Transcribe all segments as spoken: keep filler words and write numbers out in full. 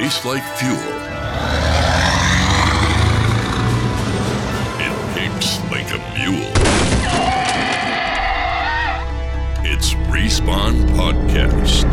tastes like fuel. It kicks like a mule. It's Respawn Podcast.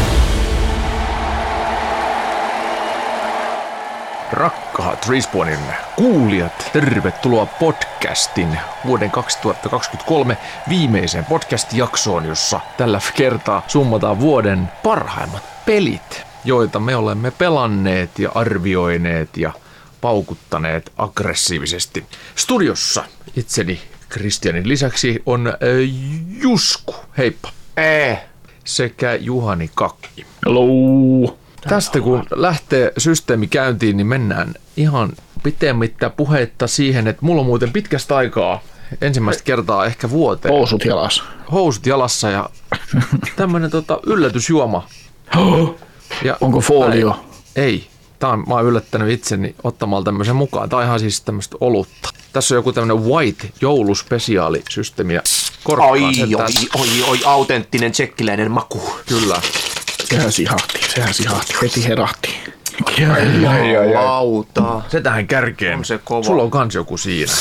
Rakkaat Respawnin kuulijat, tervetuloa podcastin vuoden kaksituhattakaksikymmentäkolme viimeiseen podcast-jaksoon, jossa tällä kertaa summataan vuoden parhaimmat pelit, joita me olemme pelanneet ja arvioineet ja paukuttaneet aggressiivisesti. Studiossa itseni Kristianin lisäksi on äh, Jusku, heippa, Ee. sekä Juhani Kakki. Hello. Tästä kun lähtee systeemi käyntiin, niin mennään ihan pitemmittä puheitta siihen, että mulla on muuten pitkästä aikaa, ensimmäistä kertaa ehkä vuoteen, Housut jalassa. housut jalassa ja tämmönen tota, yllätysjuoma. Ja Onko folio? Ei. Tää on, mä oon yllättänyt itseni ottamalla tämmöisen mukaan. Tää on ihan siis tämmöistä olutta. Tässä on joku tämmönen white jouluspesiaalisysteemi ja korkkaa Oi, sen oi, tästä. oi, oi, autenttinen tsekkiläinen maku. Kyllä. Sehän sihahti, sehän sihahti. Heti herahti. Lauta. Se tähän kärkeen. On se kova. Sulla on kans joku siinä.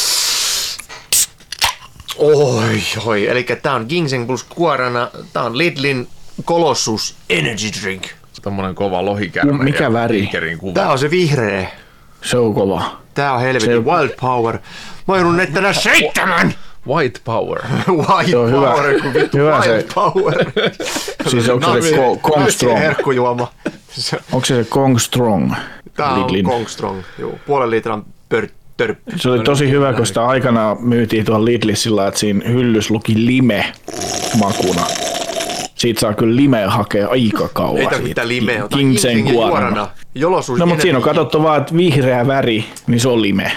Oi, oi. Eli tää on Ginseng plus guarana. Tää on Lidlin Colossus Energy Drink. Tommonen kova lohikärme. Mikä ja väri? tiikerin kuva. Tää on se vihreä. Se on kova. Tää on helvetin Se- Wild Power. Mä oon nettänä seitsemän! White power. Wild Se on hyvä. Power, kun vittu Hyvä Wild se. Power. Siis onko se se Ko- Kong Natsien Strong? herkkujuoma. Se- Onko se se Kong Strong? Tää on Lidlin? Kong Strong. Juu, puolen litran pör, törppy. Se oli tosi hyvä, kun sitä aikana myytiin tuolla Lidlissä sillä, että siinä hyllys luki lime makuna. Siitä saa kyllä limeä hakea aika kauan. Ei tarvitse siitä. mitään limeä. Ota Ginseng Ginsengin guarana. juorana. Jolosuus No mutta siinä on energy. katsottu vaan, että vihreä väri, niin se on lime.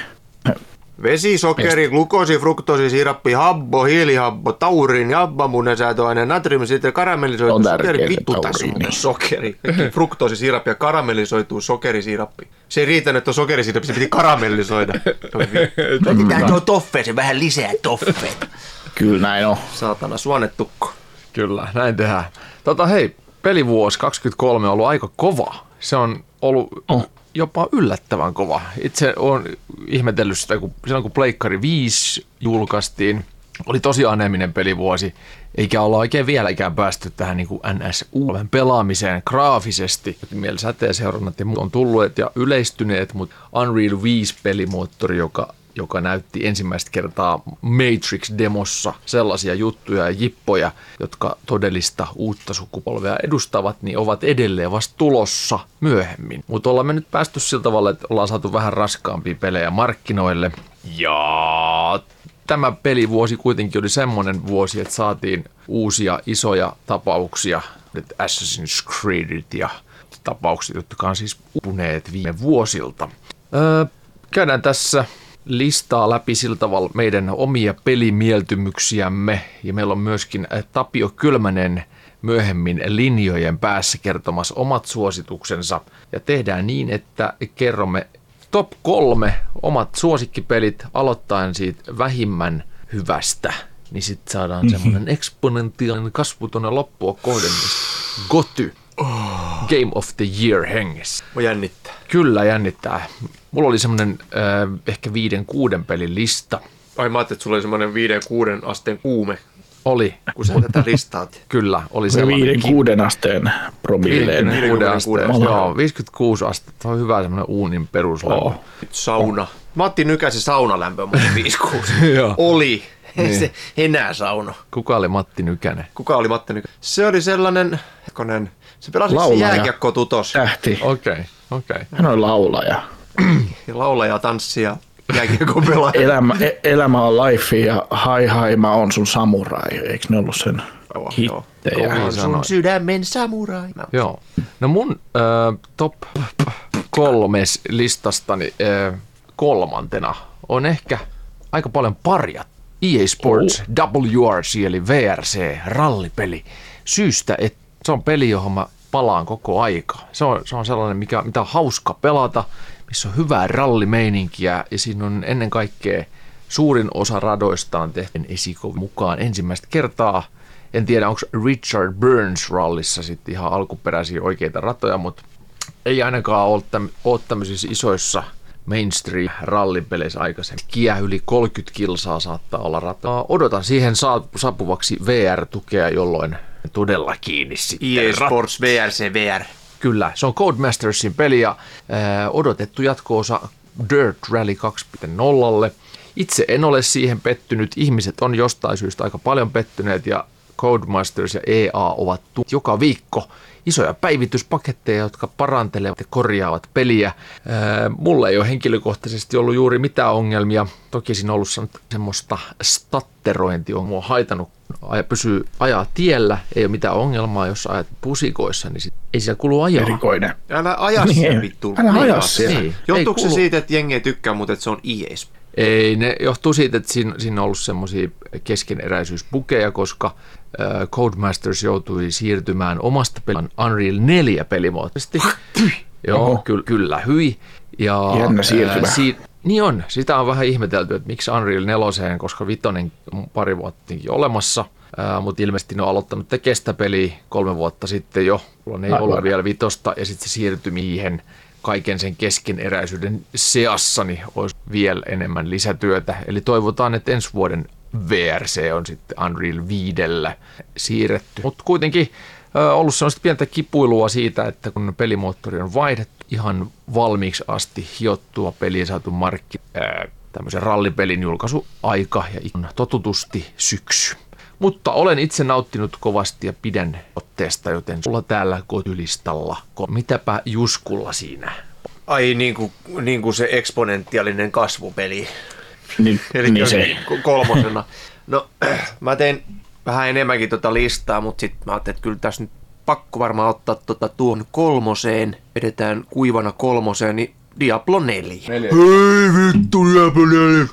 Vesi, sokeri, glukoosi, fruktoosi, sirappi, habbo, hiilihabbo, taurin, jabbamunesäätöaine, natrium, sitten karamellisoitu On sokeri. tärkeää, Vittu tässä on tauriini. muuten sokeri. Fruktoosi, sirappi ja karamellisoitu sokerisirappi. Se ei riitänyt, että on sokerisirappi, se piti karamellisoida. Laitetaan tuo toffeeseen, vähän lisää toffeita. Kyllä näin on. Saatana, suonetukko. Kyllä, näin tehdään. Tota hei, pelivuosi kaksikymmentäkolme on ollut aika kova. Se on ollut Oh. jopa yllättävän kova. Itse olen ihmetellyt sitä, kun silloin kun Pleikkari viisi julkaistiin, oli tosi aneeminen pelivuosi, eikä olla oikein vieläkään päästy tähän niin kuin N S U pelaamiseen graafisesti. Meillä säteenseurannat ja muut on tulleet ja yleistyneet, mutta Unreal viisi pelimoottori, joka joka näytti ensimmäistä kertaa Matrix-demossa sellaisia juttuja ja jippoja, jotka todellista uutta sukupolvea edustavat, niin ovat edelleen vasta tulossa myöhemmin. Mutta ollaan me nyt päästy sillä tavalla, että ollaan saatu vähän raskaampia pelejä markkinoille. Ja tämä pelivuosi kuitenkin oli semmoinen vuosi, että saatiin uusia isoja tapauksia, että Assassin's Creedit ja tapaukset, jotka on siis upuneet viime vuosilta. Öö, käydään tässä listaa läpi sillä tavalla meidän omia pelimieltymyksiämme ja meillä on myöskin Tapio Kylmänen myöhemmin linjojen päässä kertomassa omat suosituksensa ja tehdään niin, että kerromme top kolme omat suosikkipelit aloittaen siitä vähimmän hyvästä, niin sitten saadaan semmoinen eksponentiaalinen kasvu tuonne loppua kohden, Goty, Game of the Year hengessä. Mä jännittää. Kyllä jännittää. Mulla oli semmoinen äh, ehkä viiden kuuden pelin lista. Ai mä ajattelin, että sulla oli semmoinen viiden kuuden asteen kuume, Oli, kun sä tätä listaat. kyllä, oli Se sellainen. viiden kuuden asteen promilleen. viisikymmentäkuusi astetta. astetta. Joo, viisikymmentäkuusi astetta. On hyvä semmoinen uunin peruslämpö. Oh. Sauna. Matti Nykäsen saunalämpö muuten viisi kuusi. Joo. Oli. Se enää sauno. Kuka oli Matti Nykänen? Kuka oli Matti Nykänen? Se oli sellainen, hetkonen, se pelasi Laulaja. jääkiekko-tutos. Tähti. Okei, okay, okei. Okay. Hän on laulaja. Ja laulaja, tanssia, jääkiekko pelaaja. Elämä, e- elämä on life ja hai hai mä on sun samurai. Eikö ne ollut sen Joo, hittejä? Kovin. On sanoin. sun sydämen samurai. Joo. No mun äh, top kolmes listastani äh, kolmantena on ehkä aika paljon parjat. E A Sports W R C eli V R C rallipeli. Syystä, että se on peli, johon mä palaan koko aika. Se on, se on sellainen, mikä, mitä on hauska pelata, missä on hyvää rallimeininkiä ja siinä on ennen kaikkea suurin osa radoista on tehty esikovin mukaan ensimmäistä kertaa. En tiedä, onko Richard Burns rallissa sitten ihan alkuperäisiä oikeita ratoja, mutta Ei ainakaan ole, täm, ole tämmöisissä isoissa mainstream-rallipeleissä aikaisemmin. Kia yli kolmekymmentä kilsaa saattaa olla rataa. Odotan siihen saapuvaksi V R-tukea, jolloin todella kiinni sitten. E A Sports V R C V R. Kyllä, se on Codemastersin peli ja äh, odotettu jatko-osa Dirt Rally kaksi piste nolla. Itse en ole siihen pettynyt. Ihmiset on jostain syystä aika paljon pettyneet ja Codemasters ja E A ovat tu- joka viikko isoja päivityspaketteja, jotka parantelevat ja korjaavat peliä. Ää, mulla ei ole henkilökohtaisesti ollut juuri mitään ongelmia. Toki siinä on ollut semmoista statterointia, on mua haitanut ja pysyy ajaa tiellä. Ei ole mitään ongelmaa, jos ajat pusikoissa, niin sit ei siellä kulu ajaa. Erikoinen. Älä aja siellä vittu. Älä aja siellä. Niin. Johtuuko se Kuulu... siitä, että jengi ei tykkää, mutta että se on E A? Ei, ne johtuu siitä, että siinä, siinä on ollut semmoisia keskeneräisyysbukeja, koska äh, Codemasters joutui siirtymään omasta pelin Unreal neljä pelimuotoisesti. Joo, ky- kyllä, hyi. Ja, Jännä siirtymä. Äh, si- niin on, sitä on vähän ihmetelty, että miksi Unreal neljä, koska vitonen on pari vuottakin olemassa, äh, mutta ilmeisesti ne on aloittanut tekemään sitä peliä kolme vuotta sitten jo, jolloin ei ollut vielä vitosta, ja sitten se siirtyi mihin kaiken sen keskeneräisyyden seassa niin olisi vielä enemmän lisätyötä. Eli toivotaan, että ensi vuoden V R C on sitten Unreal viidellä siirretty. Mutta kuitenkin äh, ollut sellaista pientä kipuilua siitä, että kun pelimoottori on vaihdettu ihan valmiiksi asti hiottua peliä saatu markki, äh, tämmöisen rallipelin julkaisuaika ja on totutusti syksy. Mutta olen itse nauttinut kovasti ja pidän otteesta, joten sulla täällä kotylistalla. Mitäpä Juskulla siinä? Ai niin kuin, niin kuin se eksponentiaalinen kasvupeli. Niin, Eli niin se. kolmosena. No mä tein vähän enemmänkin tota listaa, mutta sitten mä ajattelin, että kyllä tässä nyt pakko varmaan ottaa tota tuon kolmoseen. Edetään kuivana kolmoseen, niin Diablo neljä. Hei vittu Diablo neljä.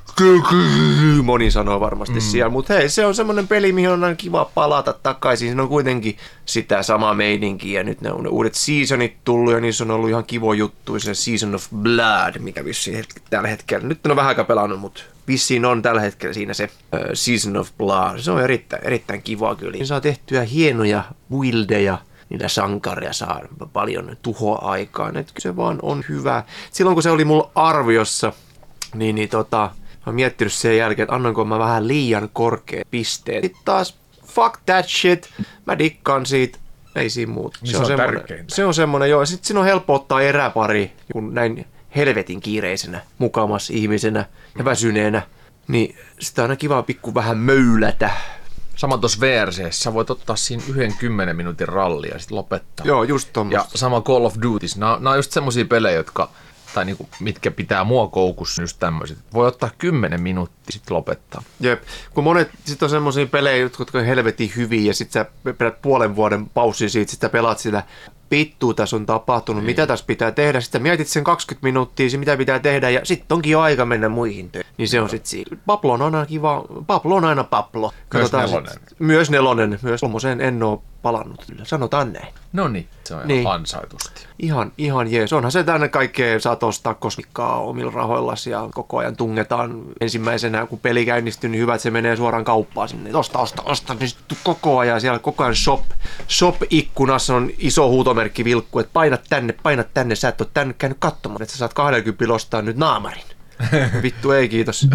Moni sanoo varmasti mm. siellä, mutta hei, se on semmoinen peli, mihin on aina kiva palata takaisin. Siinä on kuitenkin sitä samaa meininkiä. Nyt ne on ne uudet seasonit tullut ja niissä on ollut ihan kivo juttu. Se Season of Blood, mikä vissiin tällä hetkellä. Nyt on vähän aika pelannut, mutta vissiin on tällä hetkellä siinä se uh, Season of Blood. Se on erittäin, erittäin kiva kyllä. Siinä saa tehtyä hienoja buildeja. Niillä sankaria saa paljon tuhoa aikaan. Että se vaan on hyvä. Silloin kun se oli mulla arviossa, niin, niin tota, mä oon miettinyt sen jälkeen, että annoinko mä vähän liian korkeat pisteet. Sitten taas, fuck that shit. Mä dikkaan siitä. Ei siinä muuta. Niin se, se on semmoinen, se on semmoinen, joo. Sitten siinä on helppo ottaa eräpari, kun näin helvetin kiireisenä, mukamassa ihmisenä ja väsyneenä. Niin sitä on aina kiva pikku vähän möylätä. Sama tuossa V R C:ssä, sä voit ottaa siinä yhden kymmenen minuutin rallia ja sitten lopettaa. Joo, just tommoista. Ja sama Call of Duty, nämä, nämä on just semmosia pelejä, jotka, tai niinku, mitkä pitää mua koukussa, just tämmöiset. Voi ottaa kymmenen minuuttia, sitten lopettaa. Jep, kun monet sit on semmosia pelejä, jotka on helvetin hyviä ja sit sä pidät puolen vuoden paussin siitä, sit sä pelaat sitä. Pittuu tässä on tapahtunut, mitä tässä pitää tehdä. Sitten mietit sen kaksikymmentä minuuttia, mitä pitää tehdä, ja sitten onkin jo aika mennä muihin töihin. Niin se on sitten siinä. Pablo on aina kiva. Pablo on aina Pablo. Myös nelonen. Sit, myös nelonen. Myös kolmoseen en ole palannut. Sanotaan näin. No niin, se on niin. ihan ansaitusti. Ihan, ihan jees. Onhan se tänne kaikkea, saat ostaa kosmikkaa omilla rahoillasi ja koko ajan tungetaan ensimmäisenä, kun peli käynnistyy, niin hyvä, että se menee suoraan kauppaan sinne. Osta, osta, osta, niin sitten koko ajan siellä koko ajan shop. Shop-ikkunassa on iso huutomerkki vilkku, että painat tänne, painat tänne, sä et ole tänne käynyt katsomaan, että sä saat kaksikymmentä ostaa nyt naamarin. Vittu, ei kiitos.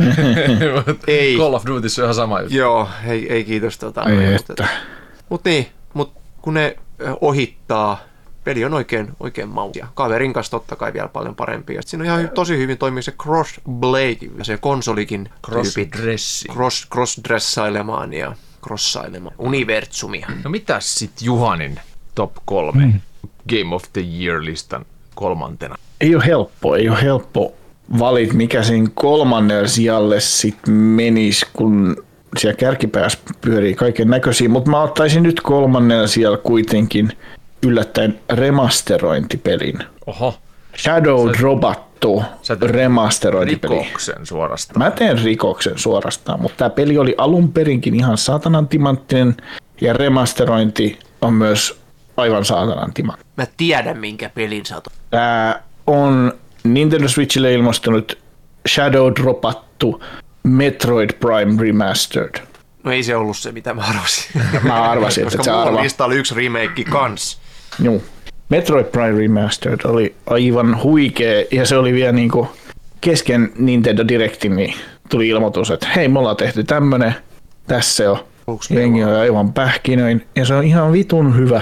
Ei. Call of Duty on ihan sama juttu. Joo, ei, ei kiitos. Tota, mutta mut niin, mut kun ne ohittaa, peli on oikein, oikein mausia. Kaverin kanssa totta kai vielä paljon parempi. Ja siinä on ihan tosi hyvin toimii se cross-blade ja se konsolikin cross-dressi. Cross, cross-dressailemaan ja crossailemaan universumia. No mitäs sit Juhanin top kolme mm. Game of the Year-listan kolmantena? Ei ole helppo, ei ole helppo valit, mikä sen kolmannelle sijalle sitten menisi, kun siellä kärkipäässä pyörii kaiken näköisiä, mutta mä ottaisin nyt kolmannella siellä kuitenkin yllättäen remasterointipelin. Oho. Shadow Drobattu remasterointipeli. Rikoksen suorastaan. Mä teen rikoksen suorastaan, mutta tämä peli oli alun perinkin ihan saatanan timanttinen ja remasterointi on myös aivan saatanan timanttinen. Mä tiedän minkä pelin sä oot. Tää on Nintendo Switchille ilmastunut Shadow Dropattu Metroid Prime Remastered. No ei se ollut se, mitä mä arvasin. Mä arvasin, että koska sä mulla arva. lista oli yksi remake kans. Joo. Metroid Prime Remastered oli aivan huikea, ja se oli vielä niinku kesken Nintendo Directin, niin tuli ilmoitus, että hei, me ollaan tehty tämmönen, tässä se on. Jengi on aivan pähkinöin, ja se on ihan vitun hyvä.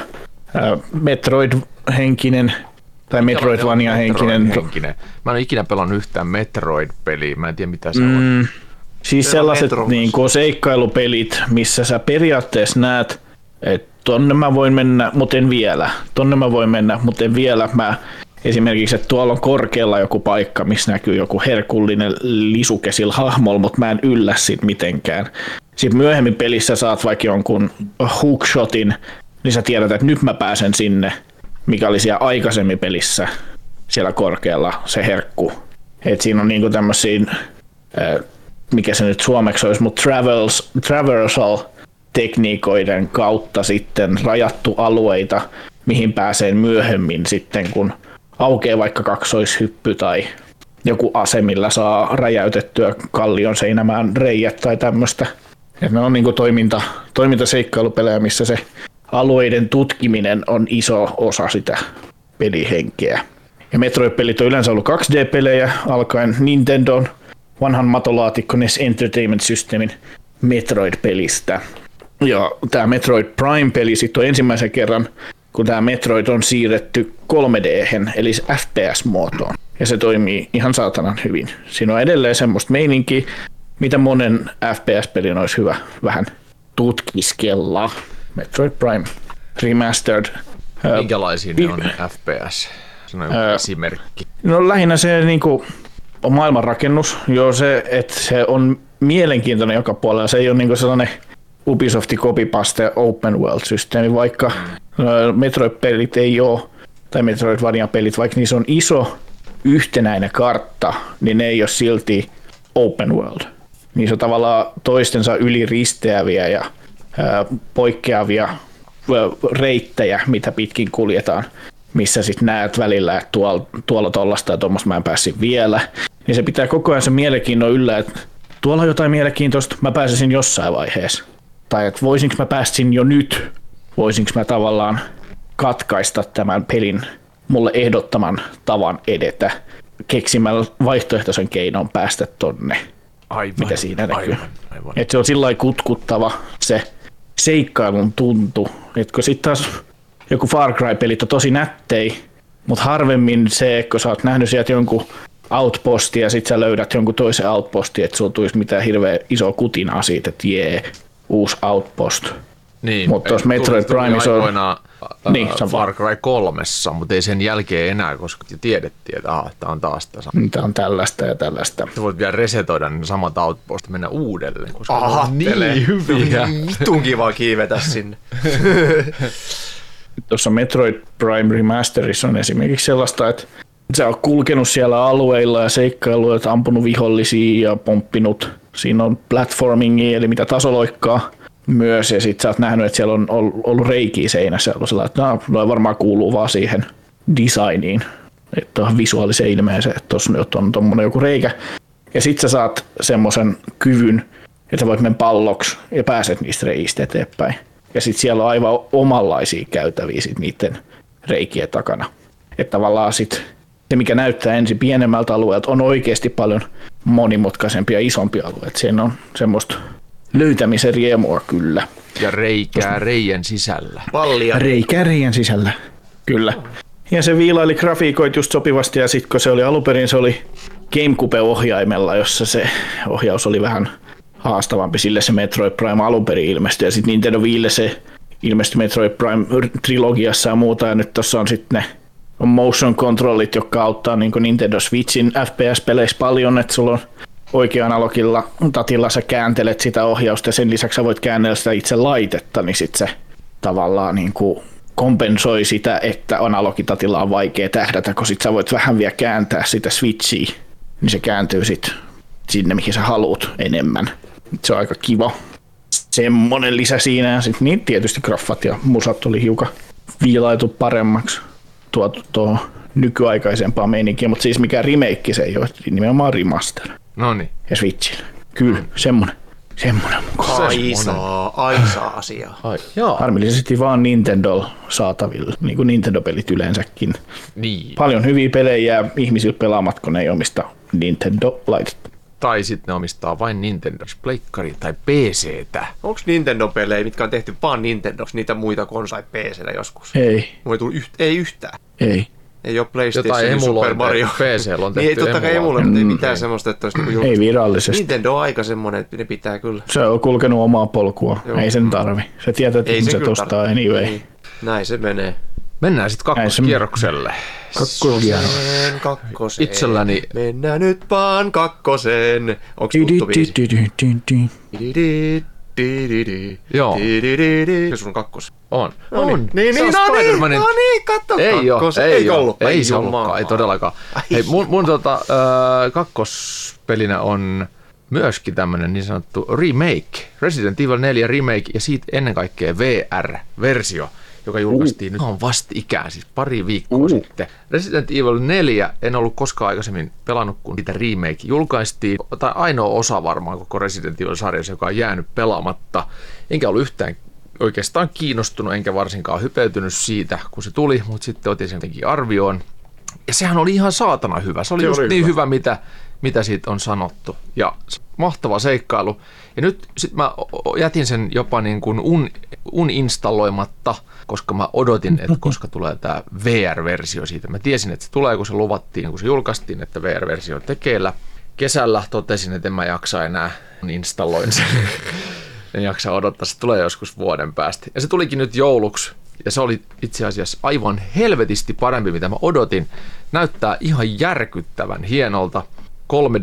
Metroid-henkinen, tai Metroidvania-henkinen. Metroid-henkinen. Mä en ole ikinä pelannut yhtään Metroid-peliä, mä en tiedä mitä se mm, on. Siis se sellaiset niin kuin seikkailupelit, missä sä periaatteessa näet, että tonne mä voin mennä, mutta en vielä. Tonne mä voin mennä, mutta en vielä. Mä esimerkiksi, että tuolla on korkealla joku paikka, missä näkyy joku herkullinen lisuke sillä hahmolla, mutta mä en yllä siitä mitenkään. Sitten myöhemmin pelissä saat vaikka jonkun hookshotin, niin sä tiedät, että nyt mä pääsen sinne, mikä oli siellä aikaisemmin pelissä, siellä korkealla se herkku. Et siinä on niinku tämmöisiä, mikä se nyt suomeksi olisi, mutta travels, traversal tekniikoiden kautta sitten rajattu alueita, mihin pääsee myöhemmin sitten, kun aukeaa vaikka kaksoishyppy tai joku ase, millä saa räjäytettyä kallion seinämään reijät tai tämmöistä. Et ne on niinku toiminta, toimintaseikkailupelejä, missä se alueiden tutkiminen on iso osa sitä pelihenkeä. Ja Metroid-pelit on yleensä ollut kaksi D-pelejä, alkaen Nintendon vanhan matolaatikko N E S Entertainment Systemin Metroid-pelistä. Ja tämä Metroid Prime-peli sitten on ensimmäisen kerran, kun tämä Metroid on siirretty kolme D-hen, eli F P S-muotoon. Ja se toimii ihan saatanan hyvin. Siinä on edelleen semmoista meininkiä, mitä monen F P S-pelin olisi hyvä vähän tutkiskella. Metroid Prime Remastered. Minkälaisia ne on F P S? Sano joku uh, esimerkki. No lähinnä se niinku, on maailmanrakennus. Joo, se, että se on mielenkiintoinen joka puolella. Se ei ole niinku sellainen Ubisoftin copypaste open world-systeemi, vaikka mm. Metroid-pelit ei ole, tai Metroidvania-pelit, vaikka niissä on iso yhtenäinen kartta, niin ne ei ole silti open world. Niissä on tavallaan toistensa yli risteäviä ja ää, poikkeavia ää, reittejä, mitä pitkin kuljetaan, missä sitten näet välillä, että tuolla, tuolla tollasta ja tuommoista mä en päässyt vielä. Niin se pitää koko ajan se mielenkiinnon yllä, että tuolla on jotain mielenkiintoista, mä pääsisin jossain vaiheessa. Tai että voisinko mä pääsin jo nyt, voisinko mä tavallaan katkaista tämän pelin mulle ehdottaman tavan edetä, keksimällä vaihtoehtoisen keinon päästä tonne, aivan, mitä siinä näkyy. Aivan, aivan. Että se on sillä lailla kutkuttava se seikkailun tuntu, että kun sitten taas joku Far Cry-pelit on tosi nättei, mutta harvemmin se, kun sä oot nähnyt sieltä jonkun outpostia ja sit sä löydät jonkun toisen outpostin, että sulla tulisi mitään hirveän iso kutinaa siitä, että jee, uusi outpost. Niin, mutta tuossa Metroid Primeissa on äh, niin, Far Cry kolmessa, mutta ei sen jälkeen enää, koska tiedettiin, että ah, tämä on taas tässä. Tämä on tällaista ja tällaista. Sä voit vielä resetoida ne samat outpostit mennä uudelleen, koska aha, on niin hyviä. Vitun kiva kiivetä sinne. Tuossa Metroid Prime Remasterissa on esimerkiksi sellaista, että sä oot kulkenut siellä alueilla ja seikkailuja, että ampunut vihollisia ja pomppinut. Siinä on platformingia, eli mitä tasoloikkaa myös, ja sit sä oot nähnyt, että siellä on ollut reikiä seinässä, ollut sellainen, että no, varmaan kuuluu vaan siihen designiin, että on visuaalisen ilmeeseen, että tuossa nyt on tommonen joku reikä. Ja sit sä saat semmoisen kyvyn, että sä voit mennä palloksi ja pääset niistä reistä eteenpäin. Ja sit siellä on aivan omanlaisia käytäviä sit niiden reikien takana. Että tavallaan sit se, mikä näyttää ensin pienemmältä alueelta, on oikeasti paljon monimutkaisempia ja isompia alueita. Siinä on semmoista löytämisen riemua kyllä. Ja reikää reijän sisällä. Pallia. Reikää reijän sisällä, kyllä. Ja se viilaili grafiikoit just sopivasti, ja sitten kun se oli alunperin, se oli GameCube-ohjaimella, jossa se ohjaus oli vähän haastavampi, sille se Metroid Prime alunperin ilmestyi, ja sitten Nintendo Wiille se ilmestyi Metroid Prime-trilogiassa ja muuta, ja nyt tuossa on sitten ne on motion controllit, jotka auttaa niin kuin Nintendo Switchin F P S-peleissä paljon, että sulla on oikean analogilla tatilla sä kääntelet sitä ohjausta ja sen lisäksi sä voit käännellä sitä itse laitetta, niin sit se tavallaan niin kuin kompensoi sitä, että analogitatilla on vaikea tähdätä, kun sit sä voit vähän vielä kääntää sitä Switchiä, niin se kääntyy sit sinne, mihin sä haluut enemmän. Se on aika kiva. Semmonen lisä siinä ja sit niin tietysti graffat ja musat oli hiukan viilaitu paremmaksi tuotu tuohon nykyaikaisempaan meininkiin, mutta siis mikään remake se ei ole, nimenomaan remaster. Noniin. Ja Switchillä. Kyllä, semmonen. Semmoinen mukaan. Aisaa, aisaa asiaa. Ai, joo. Harmillisesti vaan Nintendo saatavilla, niin kuin Nintendo-pelit yleensäkin. Niin. Paljon hyviä pelejä jää ihmisillä pelaamat, kun ne ei omista Nintendo-laitetta. Tai sitten ne omistaa vain Nintendo, Pleikkari tai P C:tä. Onko Nintendo-pelejä, mitkä on tehty vaan Nintendoksi, niitä muita kuin on sai P C:llä joskus? Ei, Mulla ei tullut yht, ei yhtään. ei. Ei ole PlayStation, Jotain Super Mario. P C:llä on tehty niin ei totta kai emulointi, emulointi. ei Mm. mitään semmoista, että olisi niinku julkista. Ei virallisesti. Nintendo on aika semmoinen, että ne pitää kyllä. Se on kulkenut omaa polkua. Joo. Ei sen tarvi. Se tietää, että Ei se ihmiset kyllä ostaa tarvi. anyway. Niin. Näin se menee. Mennään sitten kakkoskierrokselle. Kakkoskierros. Sen kakkoseen. Itselläni- Mennään nyt vaan kakkoseen. Onks tuttu biisi? Joo. Se sun kakkos. On. No niin. On. Niin, Se on niin, no niin, Spider-Manin- no niin, katso Ei kakkos. ole, ei, Eikö ole, ollut? ei Ai se ollutkaan, jumaa. ei todellakaan. Ai. Hei, mun, mun tota, äh, kakkospelinä on myöskin tämmönen niin sanottu remake, Resident Evil neljä remake ja siitä ennen kaikkea V R-versio, joka julkaistiin uh. nyt vastikään, siis pari viikkoa uh. sitten. Resident Evil neljä en ollut koskaan aikaisemmin pelannut, kun sitä remake julkaistiin, tai ainoa osa varmaan koko Resident Evil-sarjassa, joka on jäänyt pelaamatta, enkä ollut yhtään oikeastaan kiinnostunut, enkä varsinkaan hypeytynyt siitä, kun se tuli, mutta sitten otin sen jotenkin arvioon. Ja sehän oli ihan saatana hyvä. Se oli se just oli niin hyvä, hyvä, mitä, mitä siitä on sanottu. Ja mahtava seikkailu. Ja nyt sitten mä jätin sen jopa niin kuin un, uninstalloimatta, koska mä odotin, että koska tulee tämä V R-versio siitä. Mä tiesin, että se tulee, kun se luvattiin, kun se julkaistiin, että V R-versio on tekeillä. Kesällä totesin, että en mä jaksa enää, installoin sen. En jaksa odottaa, se tulee joskus vuoden päästä. Ja se tulikin nyt jouluksi, ja se oli itse asiassa aivan helvetisti parempi, mitä mä odotin. Näyttää ihan järkyttävän hienolta. kolme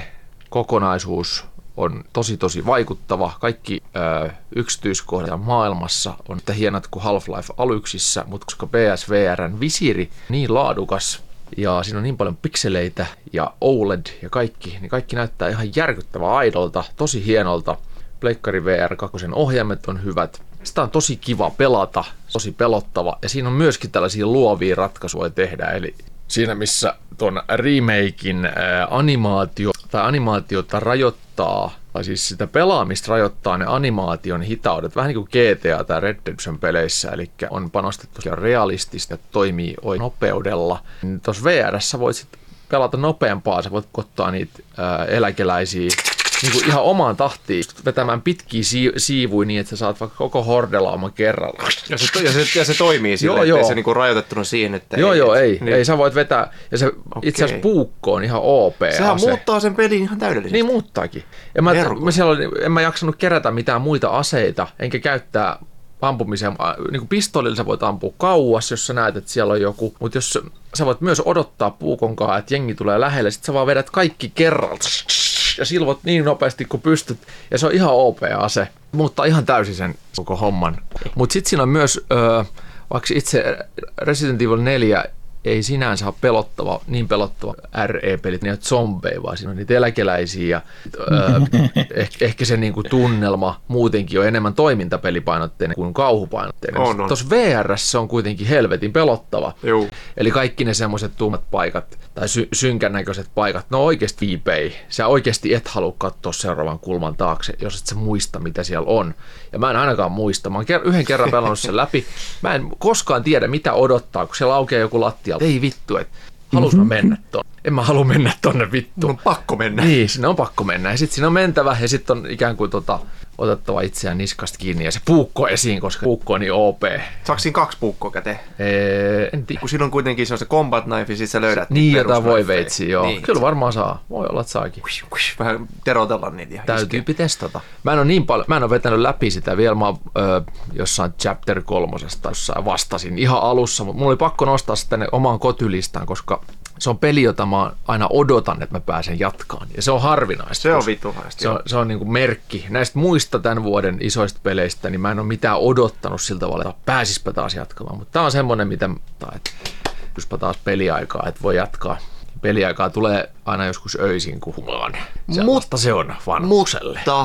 D-kokonaisuus on tosi tosi vaikuttava. Kaikki ö, yksityiskohdat maailmassa on yhtä hienot kuin Half-Life-alyksissä, mutta koska P S V R:n visiiri niin laadukas, ja siinä on niin paljon pikseleitä ja O L E D ja kaikki, niin kaikki näyttää ihan järkyttävän aidolta, tosi hienolta. Pleikkari V R kaksi ohjaimet on hyvät. Sitä on tosi kiva pelata, tosi pelottava. Ja siinä on myöskin tällaisia luovia ratkaisuja tehdä. Eli siinä missä tuon remakein ää, animaatio tai animaatiota rajoittaa, tai siis sitä pelaamista rajoittaa ne animaation hitaudet, vähän niin kuin G T A tai Red Dead Redemption peleissä, eli on panostettu realistista, että toimii nopeudella. Tuossa V R:ssä voit sitten pelata nopeampaa, sä voit ottaa niitä ää, eläkeläisiä niin kuin ihan omaan tahtiin vetämään pitkiä siivuja niin, että sä saat vaikka koko hordelauman kerralla. Ja se, ja se, ja se toimii silleen, Joo, ettei joo. se niinku rajoitettuna siihen, että Joo, ei, joo, et, ei. Niin. Ei, sä voit vetää. Ja se Okei. itse asiassa puukko on ihan O P-ase. Sehän muuttaa sen pelin ihan täydellisesti. Niin muuttaakin. Ja mä, Verkko. mä siellä oli, en mä jaksanut kerätä mitään muita aseita, enkä käyttää ampumiseen. Niin kuin pistoolilla sä voit ampua kauas, jos sä näet, että siellä on joku. Mutta jos sä voit myös odottaa puukonkaan, että jengi tulee lähelle, sit sä vaan vedät kaikki kerralla. Ja silvot niin nopeasti kuin pystyt. Ja se on ihan O P-ase. Muuttaa ihan täysin sen koko homman. Mutta sitten siinä on myös, öö, vaikka itse Resident Evil neljä ei sinänsä ole pelottava, niin pelottava R E-pelit, niitä zombeja, vaan siinä on niitä eläkeläisiä. Ja, öö, ehkä, ehkä se niinku tunnelma muutenkin on enemmän toimintapelipainotteinen kuin kauhupainotteinen. On, on. Tuossa V R:ssä on kuitenkin helvetin pelottava. Joo. Eli kaikki ne semmoiset tummat paikat tai sy- synkän näköiset paikat, ne on oikeasti viipei. Sä oikeasti et halua katsoa seuraavan kulman taakse, jos et sä muista, mitä siellä on. Ja mä en ainakaan muista. Mä oon ker- yhden kerran pelannut sen läpi. Mä en koskaan tiedä, mitä odottaa, kun siellä aukeaa joku lattia. Ei vittu, että halus mä mennä tonne. En mä halua mennä tonne vittu. On pakko mennä. Niin, sinne on pakko mennä. Ja sitten siinä on mentävä ja sitten on ikään kuin tota, otettava itseään niskasta kiinni ja se puukko esiin, koska puukko on niin O P. Saako siinä kaksi puukkoa käteen? Ee, en tiedä. Kun silloin kuitenkin se on se combat knife ja sit sä löydät Niin, niitä jotain voi perusnifeja. veitsi, joo. Niin. Kyllä varmaan saa. Voi olla, että saakin. Vähän terotella niitä ja Täytyy iskeä. testata. Mä en ole niin paljon, mä en ole vetänyt läpi sitä vielä. Mä oon ö, jossain chapter kolmosesta jossain vastasin ihan alussa, mutta mulla oli pakko nostaa sitä tänne omaan kotylistaan, koska se on peli, jota mä aina odotan, että mä pääsen jatkaan. Ja se on harvinaista. Se on koska vituhaista. Se on, se on niin kuin merkki. Näistä muista tämän vuoden isoista peleistä, niin mä en ole mitään odottanut sillä tavalla, että pääsispä taas jatkamaan. Mutta tää on semmonen, mitä, että jospa taas peliaikaa, että voi jatkaa. Peliaikaa tulee aina joskus öisin kuhumaan. Sellaista se on vanhukselle. Mutta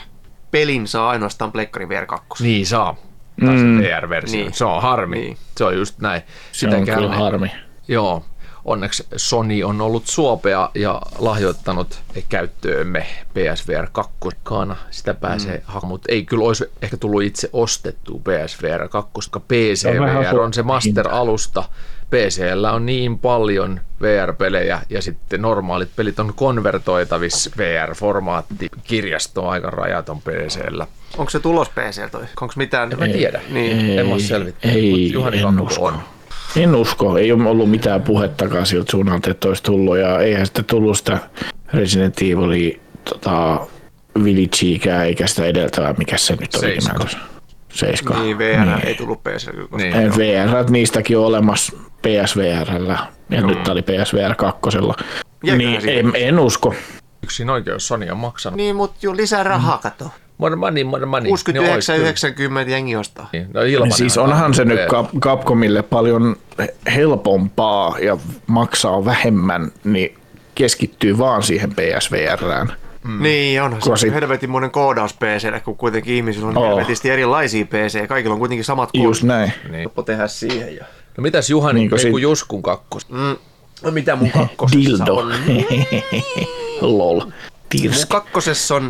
pelin saa ainoastaan Pleikkari V R kaksi. Niin saa. Tai se Mm. V R-versio. Niin. Se on harmi. Niin. Se on just näin. Se on kyllä Sitäkään- harmi. Joo. onneksi Sony on ollut suopea ja lahjoittanut käyttöömme P S V R kaksi. Sitä pääsee mm. hakemaan, mutta ei kyllä olisi ehkä tullut itse ostettua P S V R kaksi, koska P C V R on se master-alusta. P C:llä on niin paljon V R-pelejä ja sitten normaalit pelit on konvertoitavissa V R-formaatti. Kirjasto on aika rajaton P C:llä. Onko se tulos P C toi? Onko mitään? En mä tiedä. Niin. Ei, en mä ole selvittänyt. Ei, en usko. On. En usko. Ei ole ollut mitään puhettakaan siltä suunnalta, että olisi tullut. Ja eihän sitten tullut sitä Resident Evilia tota, Villageikään, eikä sitä edeltävää, mikä se nyt oli nimeltä. Seiska. Niin, V R niin. Ei tullut P C. Niin, V R, niistäkin on olemassa P S V R:llä. Ja no. Nyt oli P S V R kaksi. Niin, en, en usko. Yksin oikeus Sony on maksanut. Niin, mutta jo lisää rahaa, kato. More money, more money. kuusikymmentäyhdeksän yhdeksänkymmentä jengi ostaa. Niin, no ilmanen, siis onhan se nyt Capcomille paljon helpompaa ja maksaa vähemmän, niin keskittyy vaan siihen P S V R:ään. Mm. Niin, onhan se sit... helvetin monen koodaus P C:lle, kun kuitenkin ihmisillä on oh. helvetisti erilaisia P C, kaikilla on kuitenkin samat koodit. Just näin. Niin. Helppo tehdä siihen. Ja... No mitäs Juhani, niin sit... Juskun kakkos? Mm. No mitä mun kakkosessa Dildo. on? Lol. Tirski. Mun kakkosessa on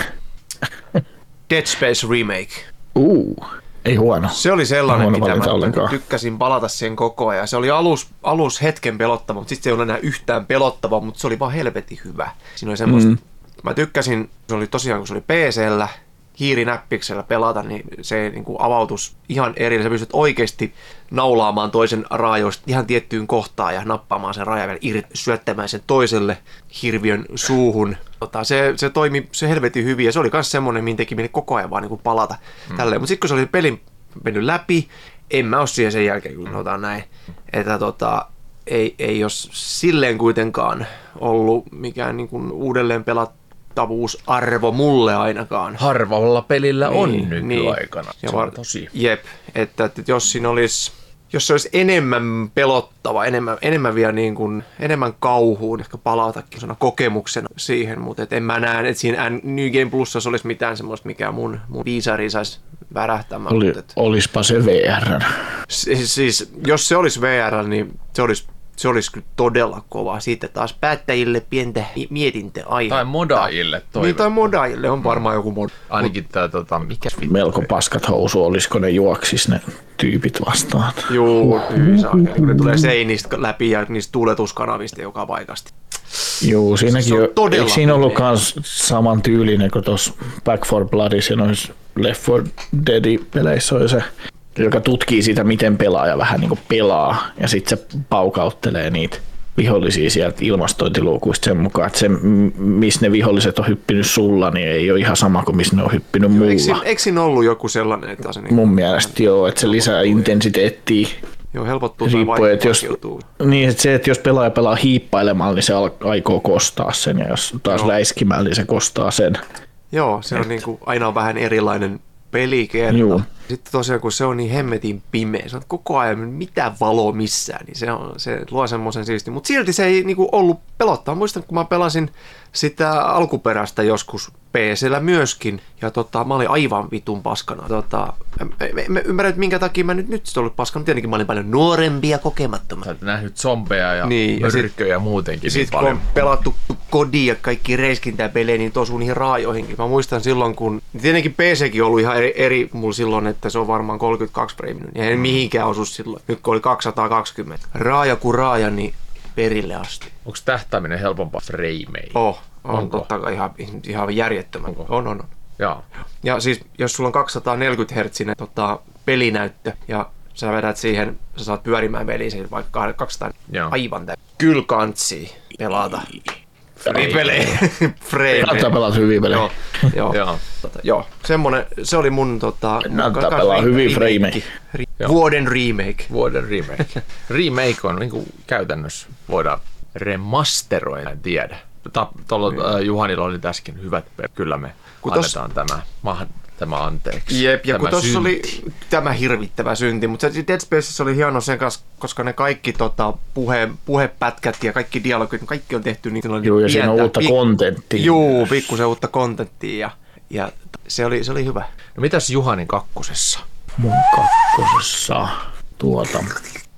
Dead Space Remake. Uh, ei huono. Se oli sellainen, mitä mä ollenkaan. Tykkäsin palata sen koko ajan. Se oli alus, alus hetken pelottava, mutta sitten se ei ole enää yhtään pelottava, mutta se oli vaan helvetin hyvä. Siinä oli semmoista, mm. mä tykkäsin, se oli tosiaan kun se oli P C:llä, hiirinäppiksellä pelata, niin se niin kuin avautus ihan eri. Sä pystyt oikeasti naulaamaan toisen raajoista ihan tiettyyn kohtaan ja nappaamaan sen raajan vielä irti, syöttämään sen toiselle hirviön suuhun. Tota, se, se toimi se helvetin hyvin ja se oli myös semmoinen, mihin teki koko ajan vaan niin kuin palata mm. tälleen. Mutta sitten kun se oli pelin mennyt läpi, en mä ole siihen sen jälkeen, kun sanotaan näin, että tota, ei, ei ole silleen kuitenkaan ollut mikään niin kuin uudelleen pelattavuusarvo mulle ainakaan. Harvalla pelillä niin, on nykyaikana. Niin. Se on tosi. Jep, että, että jos siinä olisi, jos se olisi enemmän pelottava, enemmän, enemmän vielä niin kuin, enemmän kauhuun, ehkä palatakin sana kokemuksena siihen, mutta et en mä näe, että siinä New Game Plusassa olisi mitään semmoista, mikä mun, mun viisari saisi värähtämään. Oli, et, olispa se V R. Siis, siis jos se olisi V R, niin se olisi Se olisi kyllä todella kova. Siitä taas päättäjille pientä mietintäaihetta. Tai modaajille toivottavasti. Niin, tai modaajille on varmaan joku mod. Ainakin tämä, tota, mikä... Melko paskat housu, olisiko ne juoksis ne tyypit vastaan. Juu, tyysaakeli, kun ne tulee seinistä läpi ja niistä tuuletuskanavista joka paikasta. Joo, siinäkin on jo, eikö siinä ollut myös saman tyylinen kuin tuossa Back four Bloodissa ja noissa Left four Dead-peleissä oli se, joka tutkii sitä, miten pelaaja vähän niin kuin pelaa, ja sitten se paukauttelee niitä vihollisia sieltä ilmastointiluukuista sen mukaan, että se, missä ne viholliset on hyppinyt sulla, niin ei ole ihan sama kuin missä ne on hyppinyt joo, mulla. Eikö siinä, eikö siinä ollut joku sellainen? Että se niin mun mielestä joo, että se lisää intensiteettiä. Joo, helpottuu riippuu, että jos, niin, että se, että jos pelaaja pelaa hiippailemalla, niin se aikoo kostaa sen, ja jos taas joo. läiskimällä, niin se kostaa sen. Joo, se on niin kuin, aina on vähän erilainen pelikerta. Joo. Sitten tosiaan, kun se on niin hemmetin pimeä, se on koko ajan mitään valoa missään, niin se, on, se luo semmoisen siistin. Mutta silti se ei niinku ollut pelottaa. Muistan, kun mä pelasin sitä alkuperäistä joskus P C:llä myöskin, ja tota, mä olin aivan vitun paskana. Tota, mä, mä ymmärrän, että minkä takia mä nyt, nyt sit ollut paskana. Tietenkin mä olin paljon nuorempi ja kokemattomat. Sä oot nähnyt zombeja ja niin, mörkköjä muutenkin. Sitten niin kun on pelattu kodi ja kaikki reiskintäpelejä, niin tosuu niihin raajoihinkin. Mä muistan silloin, kun tietenkin P C:kin on ollut ihan eri, eri mulla silloin, että se on varmaan kolmekymmentäkaksi freimiä. Ja en mihinkään osu silloin. Nyt kun oli kaksisataakaksikymmentä. Raaja kuin raaja, niin perille asti. Onko tähtääminen helpompaa freimeihin? Oh, on Onko? Totta kai ihan, ihan järjettömän. Onko? On, on, on. Jaa. Ja siis jos sulla on kaksisataaneljäkymmentä hertsinen tota, pelinäyttö ja sä vedät siihen, sä saat pyörimään peliä vaikka kaksisataa, Jaa. Aivan täysin. Kyllä kantsii pelata. Free-pelejä. Näyttää pelaa hyviä pelejä. Joo, joo. joo. Tota, joo. Semmonen, se oli mun tota... Näyttää pelaa hyviä remake. Vuoden remake. Vuoden remake. Remake on niin kuin käytännössä voidaan remasteroida, en tiedä. Tuolla niin. Juhanilla oli tässäkin hyvät per. Kyllä me kun annetaan tos... tämä, ma, tämä anteeksi. Jep, ja kun tuossa oli tämä hirvittävä synti, mutta Dead Spacessa oli hieno sen kanssa, koska ne kaikki tota, puhe, puhepätkät ja kaikki dialogit, kaikki on tehty niin. Joo, ja siinä on uutta pik- kontenttia. Joo, pikkusen uutta kontenttia ja, ja se, oli, se oli hyvä. No mitäs Juhanin kakkosessa? Mun kakkosessa tuota...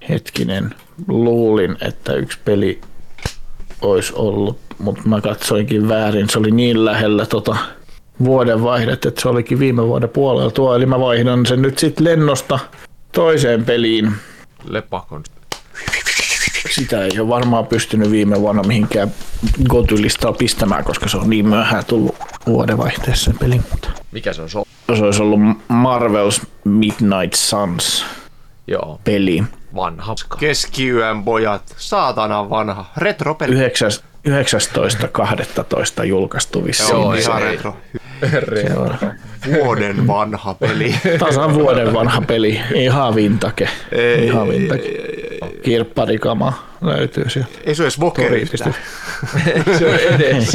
Hetkinen, luulin, että yksi peli olisi ollut, mutta mä katsoinkin väärin. Se oli niin lähellä tota vuodenvaihdet, että se olikin viime vuoden puolella tuo. Eli mä vaihdan sen nyt sitten lennosta toiseen peliin. Lepakon. Sitä ei ole varmaan pystynyt viime vuonna mihinkään Goty-listaa pistämään, koska se on niin myöhään tullut vuodenvaihteessa se peli. Mikä se on? So- Se olisi ollut Marvel's Midnight Suns Joo. peli. Vanha. Keskiyön pojat, saatana vanha, retropeli. yhdeksästoista kahdestoista julkaistu vissiin. Joo, Joo, ihan se retro. Se on Vuoden vanha peli. tasan vuoden vanha peli. Ihan vintage. Ei, Ihan vintage. Kirpparikama löytyy sieltä. Ei se ole edes Wokerista. Se on edes.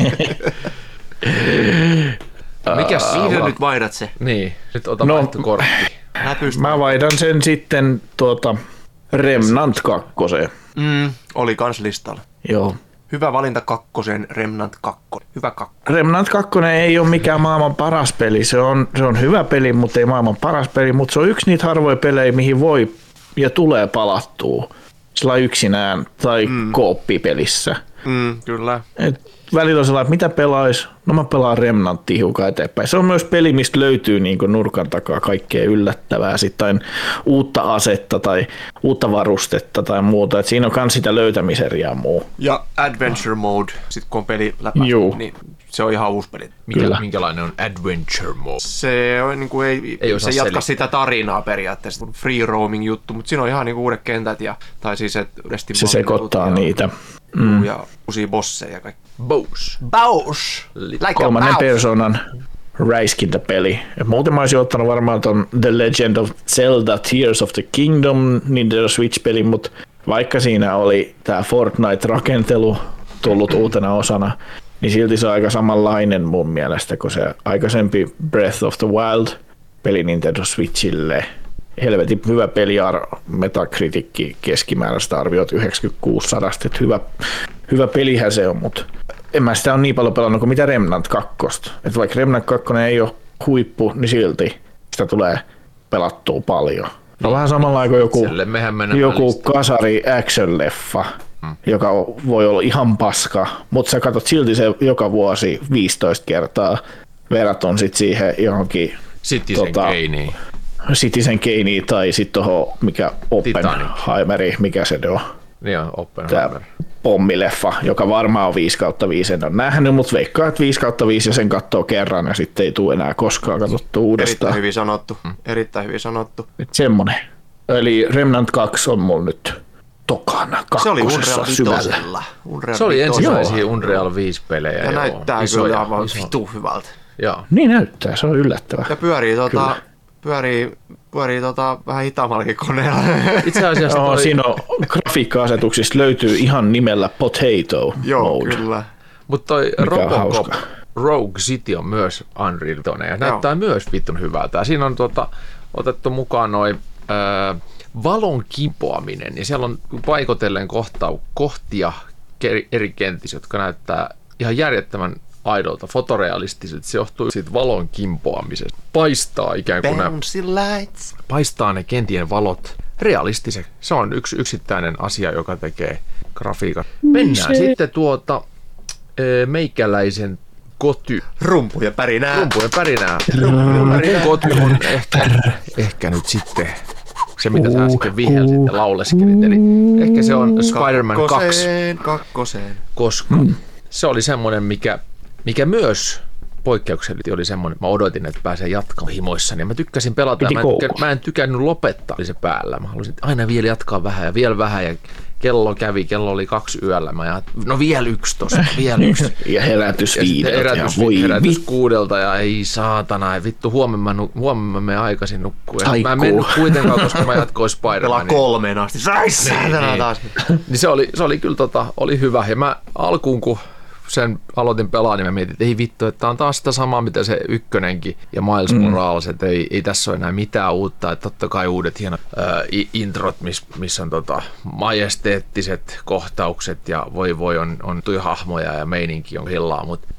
Mikäs Mihin siinä? nyt vaihdat se? Niin, nyt ota No. vaihtokortti. Läpystä. Mä vaihdan sen sitten tuota Remnant kakkoseen. Mm, oli kans listalla. Joo. Hyvä valinta kakkosen, Remnant kakkonen. Hyvä kakkonen. Remnant kaksi ei ole mikään maailman paras peli. Se on, se on hyvä peli, mutta ei maailman paras peli. Mutta se on yksi niitä harvoja pelejä, mihin voi ja tulee palattua sillä yksinään tai mm. kooppipelissä. Mm, kyllä. Et välillä on sellainen, että mitä pelais? No mä pelaan Remnanttia hiukan eteenpäin. Se on myös peli, mistä löytyy niin kuin nurkan takaa kaikkea yllättävää, sitten uutta asetta tai uutta varustetta tai muuta. Et siinä on myös sitä löytämiseriä ja muu. Ja Adventure Mode, sit kun on peli läpä, Juu. niin se on ihan uusi peli. Mikä, Kyllä. minkälainen on Adventure Mode? Se, on, niin kuin ei, Ei se osaa jatka selittää. sitä tarinaa periaatteessa, free roaming juttu, mutta siinä on ihan niin kuin uudet kentät, ja, tai siis et Se sekoittaa ja, niitä. Mm. Ja uusia bosseja ja kaikki. Bose. Baus! Like Kolmannen a mouse. persoonan räiskintäpeli. Et muuten mä olisin ottanut varmaan ton The Legend of Zelda Tears of the Kingdom Nintendo Switch-peli, mutta vaikka siinä oli tää Fortnite-rakentelu tullut uutena osana, niin silti se on aika samanlainen mun mielestä kuin se aikaisempi Breath of the Wild-peli Nintendo Switchille. Helvetin hyvä peli, Metacritic keskimääräistä arviot yhdeksänkymmentäkuusi sadasta, että hyvä, hyvä pelihän se on, mutta en mä sitä ole niin paljon pelannut kuin mitä Remnant kaksi. Että vaikka Remnant kaksi ei ole huippu, niin silti sitä tulee pelattua paljon. No vähän samalla kuin joku, Selle mehän mennään joku listaan. kasari action-leffa, hmm. joka voi olla ihan paska, mutta sä katsot silti se joka vuosi viisitoista kertaa verrattuna sit siihen johonkin Citizen tota, Kane. Citizen Kane tai sitten tuohon mikä Oppenheimeri, mikä se on. Niin on Oppenheimer. Tämä pommileffa, joka varmaan on viisi kautta viisi, en ole nähnyt, mutta veikkaa, että viisi kautta viisi ja sen katsoo kerran ja sitten ei tule enää koskaan katsottua uudestaan. Erittäin hyvin sanottu. Mm. Erittäin hyvin sanottu. Et semmonen. Eli Remnant kaksi on mulla nyt tokana Se oli kakkosessa Unreal syvällä. vitosella. Unreal Se oli vitosella. ensimmäisiä Unreal viisi pelejä. Ja joo. näyttää Isoja, kyllä aivan iso- vitu hyvältä. Joo. Niin näyttää, se on yllättävää. Ja pyörii, tota, Kyllä. pyörii, pyörii tota, vähän hitaammallakin koneella. Itse asiassa Joo, toi, siinä on grafiikka-asetuksista löytyy ihan nimellä Potato Joo, Mode. kyllä. mutta toi Mikä on Robocop hauska. Rogue City on myös Unreal toinen ja näyttää myös vittun hyvältä. Ja siinä on tuota, otettu mukaan noin äh, valon kimpoaminen ja siellä on paikotellen kohtau, kohtia ke- eri kentissä, jotka näyttää ihan järjettömän aidolta, fotorealistiselta. Se johtuu siitä valon kimpoamisesta. Paistaa ikään kuin nämä, Bouncy lights. paistaa ne kentien valot realistiset. Se on yksi yksittäinen asia, joka tekee grafiikat. Mennään Se- sitten tuota ö, meikäläisen koty. Rumpuja pärinää. Rumpujen pärinää. Mun koty on ehkä, ehkä nyt sitten se, mitä sä äsken vihelsit ja lauleskelit. Eli ehkä se on Spider-Man kaksi, Kakkoseen, kakkoseen. koska se oli semmoinen, mikä, mikä myös poikkeuksellisesti oli semmoinen, että mä odotin, että pääsee jatkamaan himoissani. Mä tykkäsin pelata, ja Piti mä en, koukua. tykkä, mä en tykännyt lopettaa, oli se päällä. Mä halusin aina vielä jatkaa vähän ja vielä vähän, ja kello kävi, kello oli kaksi yöllä. Mä ajattelin, no vielä yksi tossa, vielä yksi. Ja herätys Ja sitten viideltä. herätys, ja voi herätys vittu. kuudelta ja ei saatana, ei vittu, huomenna, nu- huomenna me aikaisin nukkuu. Ja mä en Aikoo. mennyt kuitenkaan, koska mä jatkoin Pelaa Spider-Manin. kolmeen asti. Sai saatana niin. taas. Niin se oli, se oli kyllä tota, oli hyvä. Ja mä alkuun, kun sen aloitin pelaa, niin mä mietin, että ei vittu, että tää on taas sitä samaa, mitä se ykkönenkin ja Miles mm. Morales, että ei, ei tässä ole enää mitään uutta, että totta kai uudet hienot ää, introt, missä miss on tota, majesteettiset kohtaukset ja voi voi on, on tui hahmoja ja meininki on hillaa, mutta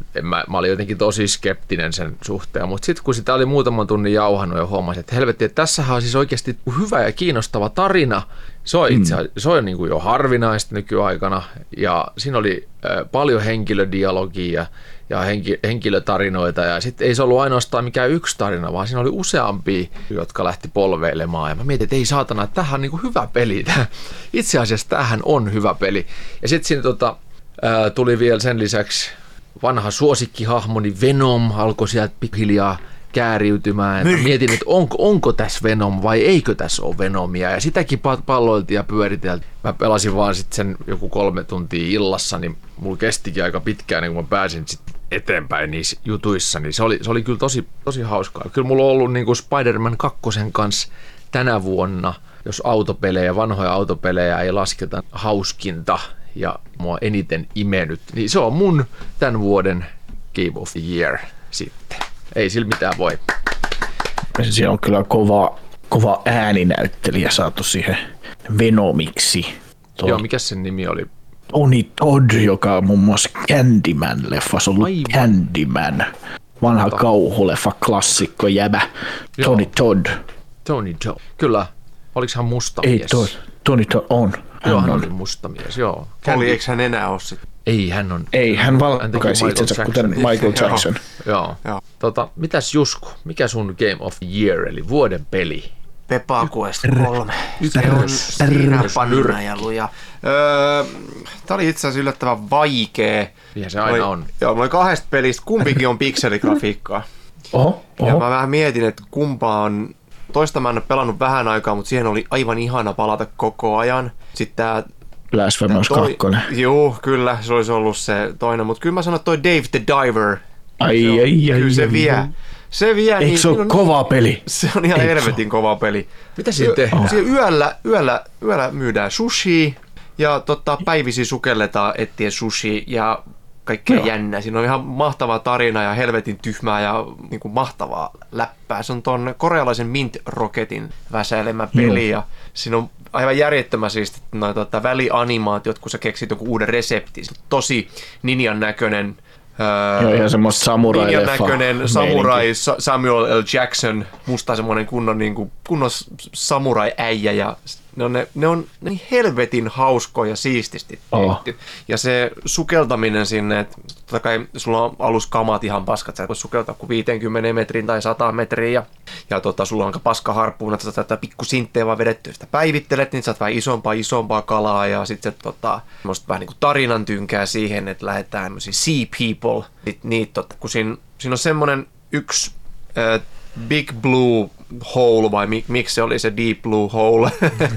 en mä, mä olin jotenkin tosi skeptinen sen suhteen, mutta sitten kun sitä oli muutaman tunnin jauhannut ja huomasin, että helvetti, että tässähän on siis oikeasti hyvä ja kiinnostava tarina. Se on itse mm. se on niin kuin jo harvinaista nykyaikana ja siinä oli äh, paljon henkilödialogia ja henki, henkilötarinoita ja sitten ei se ollut ainoastaan mikään yksi tarina, vaan siinä oli useampia, jotka lähti polveilemaan ja mä mietin, että ei saatana, että tämähän on niin kuin hyvä peli. Itse asiassa tämähän on hyvä peli. Ja sitten siinä tota, äh, tuli vielä sen lisäksi vanha suosikkihahmoni Venom alkoi sieltä pikkuhiljaa kääriytymään. Mä mietin, että onko, onko tässä Venom vai eikö tässä ole Venomia. Ja sitäkin palloiltiin ja pyöriteltiin. Mä pelasin vaan sitten sen joku kolme tuntia illassa, niin mulla kestikin aika pitkään, niin kun mä pääsin sitten eteenpäin niissä jutuissa. Niin se oli, se oli kyllä tosi, tosi hauskaa. Kyllä mulla on ollut niin kuin Spider-Man kakkosen kanssa tänä vuonna, jos autopelejä, vanhoja autopelejä ei lasketa hauskinta ja mua eniten imenyt, niin se on mun tämän vuoden Game of the Year sitten. Ei sillä mitään voi. Siellä on kyllä kova, kova ääninäyttelijä saatu siihen Venomiksi. Tuo Joo, mikä sen nimi oli? Tony Todd, joka on muun muassa Candyman-leffassa ollut Aivan. Candyman. Vanha Ota. kauhuleffa, klassikko, jäbä. Joo. Tony Todd. Tony Todd. Kyllä. Oliko hän musta Ei, mies? Toi, Tony Todd on. Hän joo, hän on. oli musta mies, joo. Oli, eikö hän enää ole sitten? Ei, hän on... Ei, hän valkaisi itsensä Jackson. kuten Michael Jackson. Joo. joo. Tota, mitäs Jusku, mikä sun Game of the Year, eli vuoden peli? Pepa Quest kolme. Se on sinapannäjäluja. Öö, Tämä oli itse asiassa yllättävän vaikea. Niinhän se aina on. Joo, mulla oli kahdesta pelistä, kumpikin on pikseligrafiikkaa. Oho, oho. Ja mä vähän mietin, että kumpaa on... Toista mä en ole pelannut vähän aikaa, mutta siihen oli aivan ihana palata koko ajan. Sitten tää... Blasphemous kaksi. Joo, kyllä, se olisi ollut se toinen. Mutta kyllä mä sanon, että toi Dave the Diver. Ai, se on, ai, ai, kyllä se ai, vie. ai. Se vie. Eikö niin, se ole on, kova peli? Se on ihan helvetin kova peli. Mitä siinä tehdään? Siellä yöllä, yöllä, yöllä myydään sushi ja tota, päivisin sukelletaan etsien sushi ja kaikkea Joo. jännää. Siinä on ihan mahtava tarina ja helvetin tyhmää ja niin kuin mahtavaa läppää. Se on ton korealaisen Mint Rocketin väsäilemä peli ja siinä on aivan järjettömän siisti noin tota, välianimaatiot, kun sä keksit joku uuden reseptin. Tosi ninjan näköinen Joo, ihan semmoista samurai-leffa. näköinen samurai Samuel L. Jackson, musta semmoinen kunnon, niin kuin, kunnon samurai-äijä ja ne on, ne, ne on niin helvetin hauskoja ja siististi tehty. Oh. Ja se sukeltaminen sinne, että totta kai sulla on alus kamat ihan paskat, sä et voi sukeltaa kuin viisikymmentä metrin tai sata metriä ja, ja tota, sulla on aika paska harppuun, että sä tätä pikku sinttejä vaan vedettyä, sitä päivittelet, niin sä oot vähän isompaa isompaa kalaa ja sitten se tota, vähän niin kuin tarinan tynkää siihen, että lähdetään sea people, sit niitä, tota, kun siinä, siinä on semmoinen yksi äh, Big Blue Hole, vai mik, miksi se oli se Deep Blue Hole?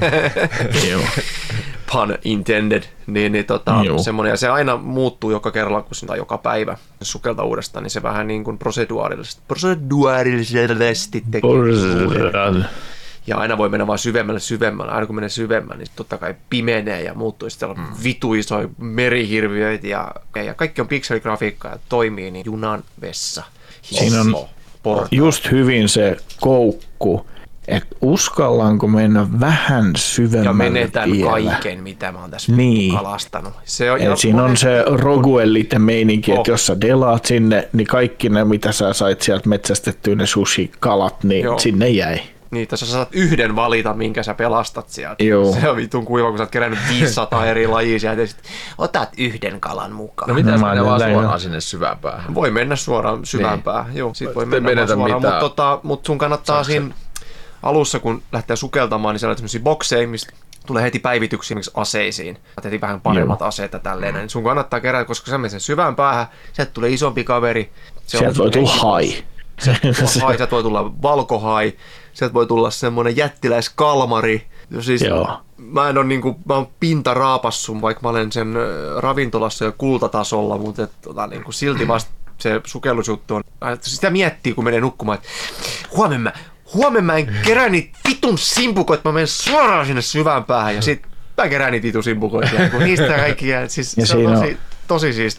Pun intended. Niin, niin tota, semmoinen, ja se aina muuttuu joka kerralla, kun sitä joka päivä sukelta uudestaan, niin se vähän niin kuin proseduaalisesti, proseduaalisesti tekee. Ja aina voi mennä vaan syvemmälle syvemmälle. Aina kun menee syvemmälle, niin totta kai pimenee ja muuttuu. Sitten on mm. vitu isoja merihirviöitä ja, ja kaikki on pikseligrafiikkaa ja toimii niin junan vessa. Siinä on Porta. Just hyvin se koukku, että uskallanko mennä vähän syvemmälle ja menetän vielä. Kaiken, mitä mä oon tässä niin. kalastanut. Se on, ja siinä monen... on se roguelite meininki, oh. että jos sä delaat sinne, niin kaikki ne, mitä sä sait sieltä metsästettyä, ne sushi-kalat, niin Joo. sinne jäi. Niin, tässä sä saat yhden valita, minkä sä pelastat sieltä. Joo. Se on vitun kuiva, kun sä oot kerännyt viisisataa eri lajia sieltä ja sit otat yhden kalan mukaan. No mitä jos mennään vaan suoraan sinne syvään päähän? Voi mennä suoraan syvään niin. päähän, joo. Sit voi mennä vaan suoraan, mutta tota, mut sun kannattaa Saksa. Siinä alussa, kun lähtee sukeltamaan, niin siellä on tämmöisiä bokseja, mistä tulee heti päivityksiä aseisiin. Heti vähän paremmat joo. aseet ja tälleen. Niin sun kannattaa kerätä, koska sä menet sen syvään päähän, sieltä tulee isompi kaveri. Se sieltä voi tulla hai. Sieltä voi tulla valkohai. Sieltä voi tulla semmoinen jättiläiskalmari. Siis mä en ole niinku, mä oon pinta raapassun, vaikka mä olen sen ravintolassa jo kultatasolla, mutta et, tota, niinku, silti vasta se sukellusjuttu on. Sitä miettii, kun menee nukkumaan, että huomenna mä, huomenna mä en kerää niitä vitun simpukoita, mä menen suoraan sinne syvään päähän ja sit mä kerään niitä vitun simpukoita. Niistä kaikkia, siis ja se on tosi, tosi siisti.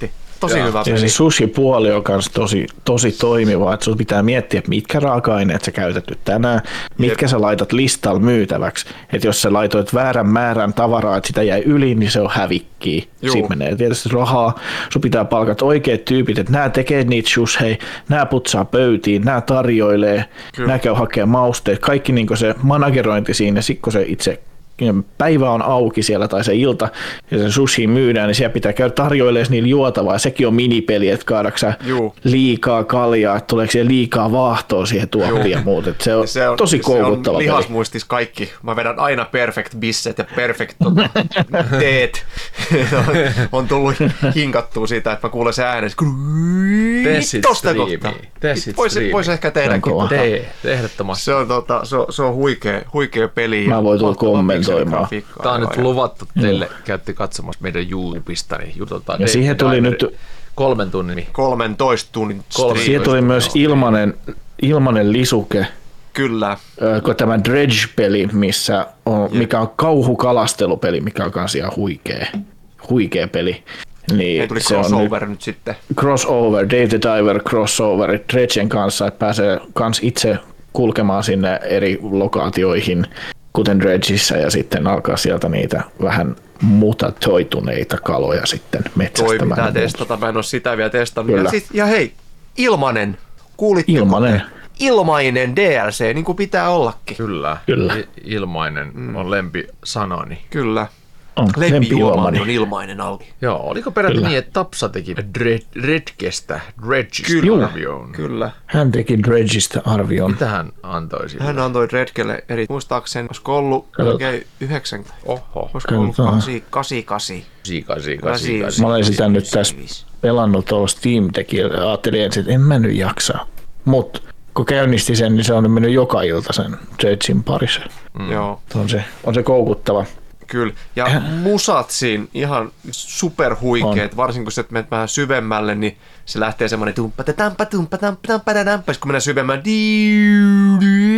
tosi Joo. hyvä Ja peli. se sushi-puoli on myös tosi, tosi toimiva, että sun pitää miettiä, että mitkä raaka-aineet sä käytät nyt tänään, mitkä Jep. sä laitat listalle myytäväksi. Että jos sä laitoit väärän määrän tavaraa, että sitä jäi yli, niin se on hävikkiä. Juu. Siinä menee tietysti rahaa. Sun pitää palkata oikeat tyypit, että nämä tekee niitä shushei, nämä putsaa pöytiin, nämä tarjoilee, nämä käy hakemaan mausteet. Kaikki niin se managerointi siinä, sit kun se itse päivä on auki siellä tai se ilta ja se sushi myydään, niin siellä pitää käydä tarjoilemaan niillä juotavaa. Ja sekin on minipeli, että kaadaanko sä Juu. liikaa kaljaa, että tuleeko siellä liikaa vaahtoa siihen tuottiin ja muut. Että se, on Se on tosi koukuttava Se on peli. lihasmuistis kaikki. Mä vedän aina perfect bisset ja perfect tota, teet. on, on tullut hinkattua siitä, että mä kuulen se äänen. Tee sit Tosta striimiä. kohtaa. Tee sit Vois, striimiä. vois ehkä tehdäkin. Se on kova. tota. Tee, ehdottomasti. Se on, tota, se on, se on huikea, huikea peli. Mä voin tulla Mahtavaa kommentoimaan. pikseligrafiikkaa. Tämä on nyt Aivan. luvattu teille. Käytte katsomassa meidän YouTubesta, niin juteltaan. Ja siihen tuli David nyt- kolmen tunnin. kolmentoista tunnin Kolme. striimi. Siihen tuli myös ilmanen, ilmanen lisuke, Kyllä. ö, kun tämä Dredge-peli, missä on, mikä on kauhukalastelupeli, mikä on kans ihan huikea, huikea peli. Niin Ei tuli se on nyt crossover nyt sitten. crossover, Dave the Diver crossover Dredgen kanssa, että pääsee kans itse kulkemaan sinne eri lokaatioihin, kuten Dredgissä, ja sitten alkaa sieltä niitä vähän mutatoituneita kaloja sitten Toi metsästämään. pitää ja muuta. testata, mä en ole sitä vielä testannut. Kyllä. Ja, sit, ja hei, ilmanen. Kuulitteko? Ilmanen. Ilmainen D L C, niin kuin pitää ollakin. Kyllä. Kyllä. I- ilmainen Mm. on lempisanani. Kyllä. On Lempijuomani lempijuomani. on ilmainen alki. Joo, oliko peräti Kyllä. niin, että Tapsa teki Dred- Redkestä, Dredgistä Kyllä. arvioon? Kyllä. Hän teki Dredgistä arvion. Mitä hän antoi sille? Hän antoi Redkelle eri, muistaakseni, olisiko ollut melkein yhdeksänkymmentä, Oho, olisiko ollut Katsotaan. kahdeksankymmentäkahdeksan. siika, siika, Kasi, siika, kasi. Mä olen sitä nyt tässä Siis. pelannut tuolla Steam-tekijällä. Ajattelin ensin, että en mä nyt jaksa. Mutta kun käynnisti sen, niin se on nyt mennyt joka ilta sen Dredgin parissa. Mm. Joo, On se, on se koukuttava. kyllä. Ja musat siinä ihan superhuikeet, varsinkin kun sä menet vähän syvemmälle, niin se lähtee semmoinen tumppa tampa tumppa tampa tampa tampa, kun menee syvemmän, diu,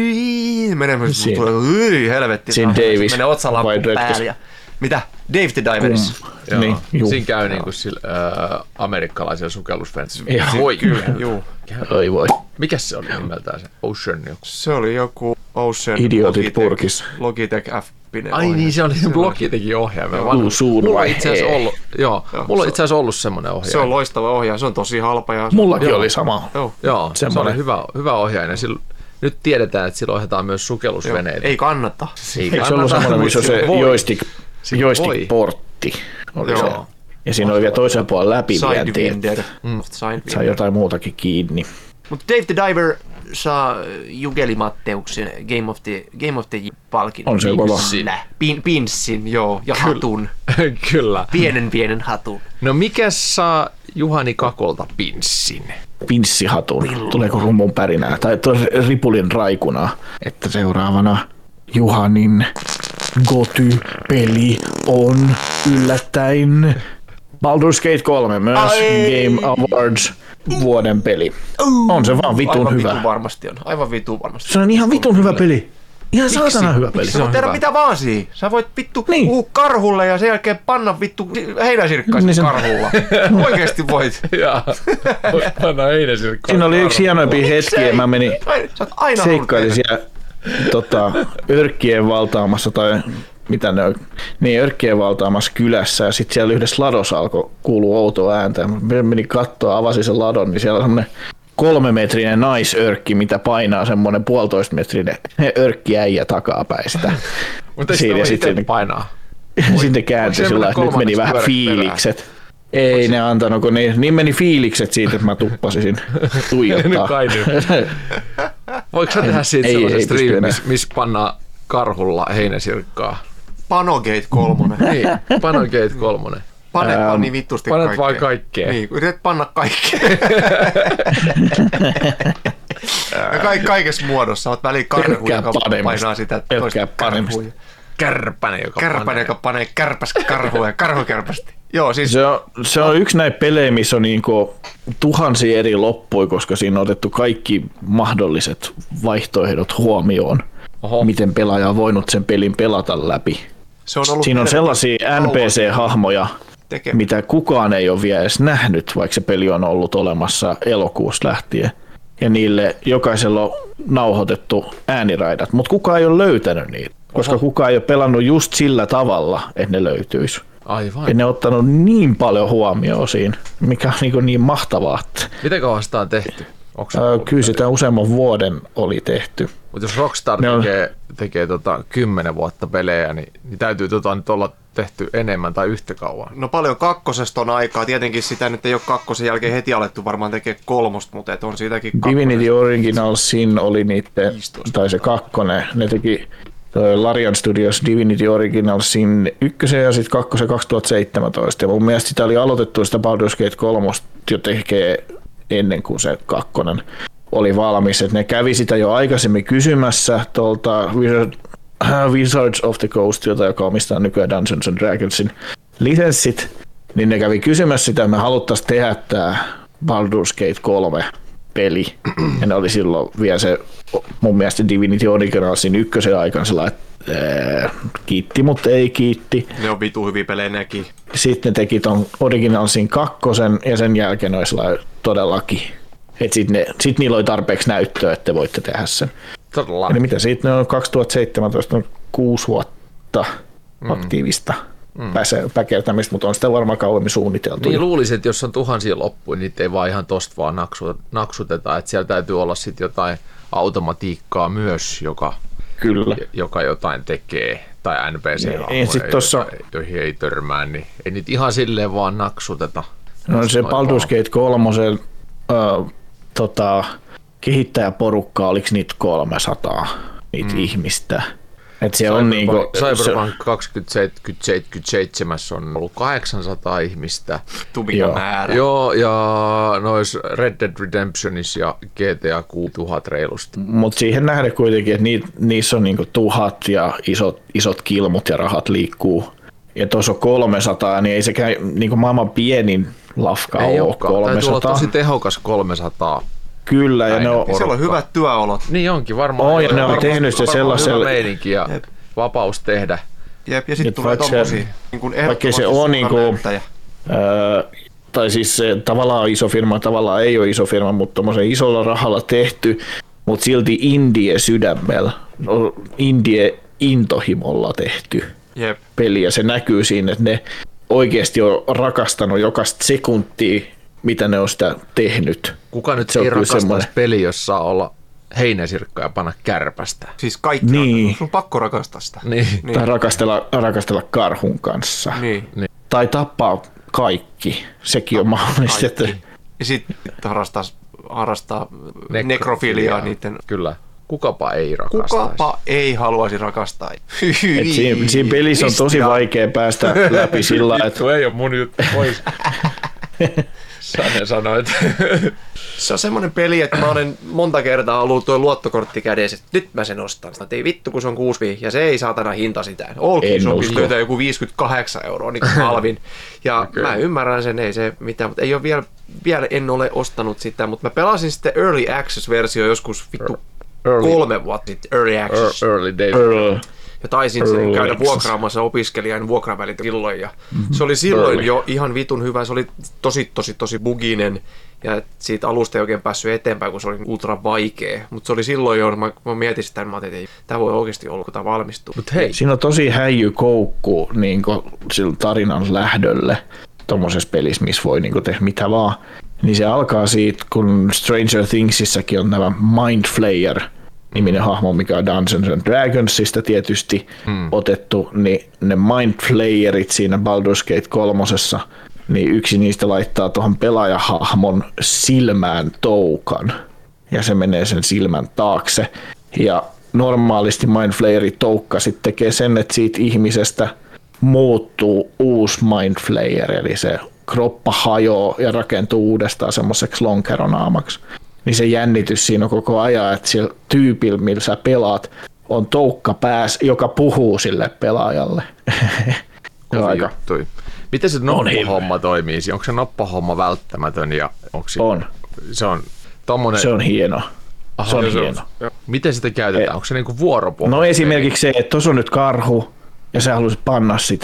diu, menee myös, Siinä- tulee hyi, helvetti, Siinä saatana, Davis menee otsalampun vai Dredges? päälle. Ja, mitä? Dave the Diverissa. Joo, Niin, juu. siinä käy niin kuin sillä, äh, amerikkalaisilla sukellusfensissä. Joo. Voi, Kyllä, juu. Oi voi. Mikäs se oli nimeltään se? Ocean joku. Se oli joku Ocean Idiotit Logitech- purkissa. Logitech F. Ai niin, se oli Logitechin ohjaima. Uu, suun Mulla on vai itse asiassa hei. ollut, joo, Joo, mulla on se- itse asiassa ollut semmoinen ohjaaja. Se on loistava ohjaaja, se on tosi halpa. Ja Mullakin Joo. oli sama. Joo. Joo, se Semmoinen. oli hyvä, hyvä ohjaaja. Sillä, nyt tiedetään, että sillä ohjataan myös Joo. sukellusveneitä. Ei kannata. Ei Eikö se ollut kannata, semmoinen, missä on mutta se voi. joystick, Siinä joystick-portti? Oli Joo. se. Ja siinä oli vielä toisen puolen läpivienti, että Sidewinder. Mm. Sidewinder. sai jotain muutakin kiinni. Mutta Dave the Diver saa Jugeli Matteuksen Game of the, Game of the Year-palkinnon. On se kova. Kyllä. Pin, pinssin, joo, ja hatun. Kyllä. Pienen pienen hatun. No mikä saa Juhani Kakolta pinssin? Pinssihatun. Tuleeko rummun pärinää tai tuo ripulin raikunaa. Että seuraavana Juhanin Goty-peli on yllättäen Baldur's Gate kolme, myös Ai. Game Awards vuoden peli. On se vaan vitun Aivan hyvä. vitun varmasti on. Aivan vitun varmasti. Se on ihan vitun hyvä peli. Ihan saatana hyvä peli. Sä voit tehdä mitä vaan siihen. Sä voit vittu Niin. puhua karhulle ja sen jälkeen panna vittu heinäsirkkaisen Niin se- karhulla. Oikeesti voit. Jaa, panna heinäsirkkaan. Siinä oli yksi hienoimpia hetkiä. Mä menin Ai, sä oot aina seikkailin halunnut tehdä. siellä tota, örkkien valtaamassa tai mitä ne on, niin örkkien valtaamassa kylässä ja sitten siellä yhdessä ladossa alkoi kuulua outoa ääntä. Mä menin kattoa, avasin sen ladon, niin siellä on semmoinen kolmemetrinen naisörkki, mitä painaa semmoinen puolitoista metrinen örkkiäijä takapäin sitä. Mutta ei Siinä sitä ja voi itse sitten- painaa. Sitten kääntyi se sillä mennä että nyt meni kolmanneksi vähän pyöräksi fiilikset. Ei ne antanut, kun ne, niin meni fiilikset siitä, että mä tuppasisin tuijottaa. Nyt kai nyt. Voiko sä tehdä siitä Ei- sellaisen ei pysty striimin, enää. missä mis pannaan karhulla heinäsirkkaa? Panogate kolmonen. Niin, Panogate kolmonen. Pane vaan Ähm, niin vittusti panet kaikkea. vaan kaikkea. Niin, yrität panna kaikkea. ja ka- kaikessa muodossa. Oot väliin karhu, Pelkkää joka panemista. painaa sitä Pelkkää toista panemista. karhua. Kärpänen, joka Kärpänen, panee. joka panee kärpäs karhua ja karhu kärpästi. Joo, siis Se on, se on yksi näitä pelejä, missä on niinku tuhansia eri loppuja, koska siinä on otettu kaikki mahdolliset vaihtoehdot huomioon. Oho. Miten pelaaja on voinut sen pelin pelata läpi. se on ollut Siinä on helvetin sellaisia N P C-hahmoja, tekemään. mitä kukaan ei ole vielä edes nähnyt, vaikka se peli on ollut olemassa elokuusta lähtien. Ja niille jokaisella on nauhoitettu ääniraidat, mutta kukaan ei ole löytänyt niitä, koska Oho. kukaan ei ole pelannut just sillä tavalla, että ne löytyisi. Aivan. Ja ne on ottanut niin paljon huomioon siinä, mikä on niin, niin mahtavaa. Miten kauan sitä on tehty? Öö, kyllä sitä useamman vuoden oli tehty. Mutta jos Rockstar on... tekee, tekee tota kymmenen vuotta pelejä, niin, niin täytyy tota nyt olla tehty enemmän tai yhtä kauan. No paljon kakkosesta on aikaa. Tietenkin sitä nyt ei ole kakkosen jälkeen heti alettu varmaan tekee kolmosta, mutta et on siitäkin kakkosesta. Divinity Original Sin oli niiden, tai se kakkonen. Ne teki Larian Studios Divinity Original Sin ykkösen ja sitten kakkosen kaksituhattaseitsemäntoista. Ja mun mielestä sitä oli aloitettu sitä Baldur's Gate kolme jo tekee ennen kuin se kakkonen oli valmis. Et ne kävi sitä jo aikaisemmin kysymässä tuolta Wizard, Wizards of the Coast, jota joka omistaa nykyään Dungeons and Dragonsin lisenssit, niin ne kävi kysymässä sitä, että me haluttaisiin tehdä tämä Baldur's Gate kolme peli. Ja ne oli silloin vielä se, mun mielestä Divinity Originalsin ykkösen aikana sellainen, että kiitti, mutta ei kiitti. Ne on vitu hyviä pelejä nekin. Sitten ne teki ton Originalsin kakkosen ja sen jälkeen ne olisi todellakin. Sitten sit niillä oli tarpeeksi näyttöä, että te voitte tehdä sen. Todella. Eli mitä siitä on kaksituhattaseitsemäntoista, on kuusi vuotta mm. aktiivista mm. päkertämistä, mutta on sitä varmaan kauemmin suunniteltu. Niin luulisin, että jos on tuhansia loppuja, niin niitä ei vaan ihan tosta vaan naksuteta, että siellä täytyy olla sitten jotain automatiikkaa myös, joka, Kyllä. joka jotain tekee, tai N P C-hahmoja, tossa... joihin ei törmää, niin ei niitä ihan silleen vaan naksuteta. No se Baldur's Gate kolme, äh, tota, kehittäjäporukka, oliko niitä kolmesataa niitä mm. ihmistä? Et se Cyberpunk, on niinku, Cyberpunk kaksituhattaseitsemänkymmentä on ollut kahdeksansataa ihmistä. Tubika määrä. Joo, ja nois Red Dead Redemptionissa ja G T A tuhat reilusti. Mutta siihen nähdään kuitenkin, että ni, niissä on niinku tuhat ja isot, isot kilmut ja rahat liikkuu. Ja tuossa on kolmesataa, niin ei se käy niinku maailman pienin lafka ei ole kolmesataa. Täytyy olla tosi tehokas kolmesataa. Kyllä, ja ne on... Siellä on hyvät työolot. Niin onkin varmaan. Oh, ja ne on tehnyt se sellaisella... Hyvä meininki ja Jep. vapaus tehdä. Jep, ja sitten tulee tommosia niin vaikkei se on niinku... Öö, tai siis se tavallaan iso firma, tavallaan ei ole iso firma, mutta tommoisen isolla rahalla tehty, mutta silti indie sydämellä, indie intohimolla tehty Jep. peli, ja se näkyy siinä, että ne oikeasti on rakastanut jokaista sekuntia, mitä ne on sitä tehnyt. Kuka nyt se ei rakastaisi peli, jos saa olla heinäsirkka ja panna kärpästä? Siis kaikki niin. Rakastaa. On pakko rakastaa sitä. Niin. Niin. Tai rakastella, rakastella karhun kanssa. Niin. Niin. Tai tappaa kaikki. Sekin on mahdollista. Että... Ja sitten harrastaa, harrastaa Nekro- nekrofiliaa niiden... Kyllä. Kukapa ei rakastaisi. Kukapa ei haluaisi rakastaa. Et siinä, siinä pelissä on tosi vaikea päästä läpi sillä lailla, että... ei ole mun juttu pois. Sane sanoit. Se on semmoinen peli, että mä olen monta kertaa ollut tuo luottokortti kädessä, että nyt mä sen ostan. Että ei vittu, kun se on kuusi ja se ei saatana hinta sitä. Olkin sopisi löytää joku viisikymmentäkahdeksan euroa niin halvin. Ja okay. Mä ymmärrän sen, ei se mitään, mutta ei ole vielä, vielä en ole ostanut sitä, mutta mä pelasin sitten Early Access-versio joskus vittu early. kolme vuotta sitten. Early Access. Early Days. Early. Ja taisin sen käydä vuokraamassa opiskelijan vuokravälit silloin. Ja se oli silloin Early. jo ihan vitun hyvä. Se oli tosi, tosi, tosi buginen. Ja siitä alusta ei oikein päässyt eteenpäin, kun se oli ultra vaikea. Mutta se oli silloin jo, mä, mä mietin sitä, mä ajattelin, että tämä voi oikeasti olla, kun tämä valmistuu. Mut hei. Siinä on tosi häijy koukku niin sillä tarinan lähdölle tuommoisessa pelissä, missä voi niin tehdä mitä vaan. Niin se alkaa siitä, kun Stranger Thingsissäkin on nämä Mind Flayer niminen hahmo, mikä on Dungeons and Dragonsista tietysti hmm. otettu, niin ne Mind Flayerit siinä Baldur's Gate kolmosessa, niin yksi niistä laittaa tuohon pelaajahahmon silmään toukan, ja se menee sen silmän taakse. Ja normaalisti Mind Flayerin toukka sitten tekee sen, että siitä ihmisestä muuttuu uusi Mind Flayer, eli se kroppa hajoaa ja rakentuu uudestaan semmoiseksi lonkeronaamaksi. Niin se jännitys siinä on koko ajan, että sillä tyypillä, millä sä pelaat, on toukka pääs, joka puhuu sille pelaajalle. Aika. Miten se noppahomma toimii? Onko se noppahomma välttämätön? Ja onko se, on. Se on, tommonen... se on hieno. Aha, se on se hieno. On. Miten sitä käytetään? Onko se niinku vuoropuhelu? No esimerkiksi se, että tuossa on nyt karhu, ja sä haluaisit panna sitä,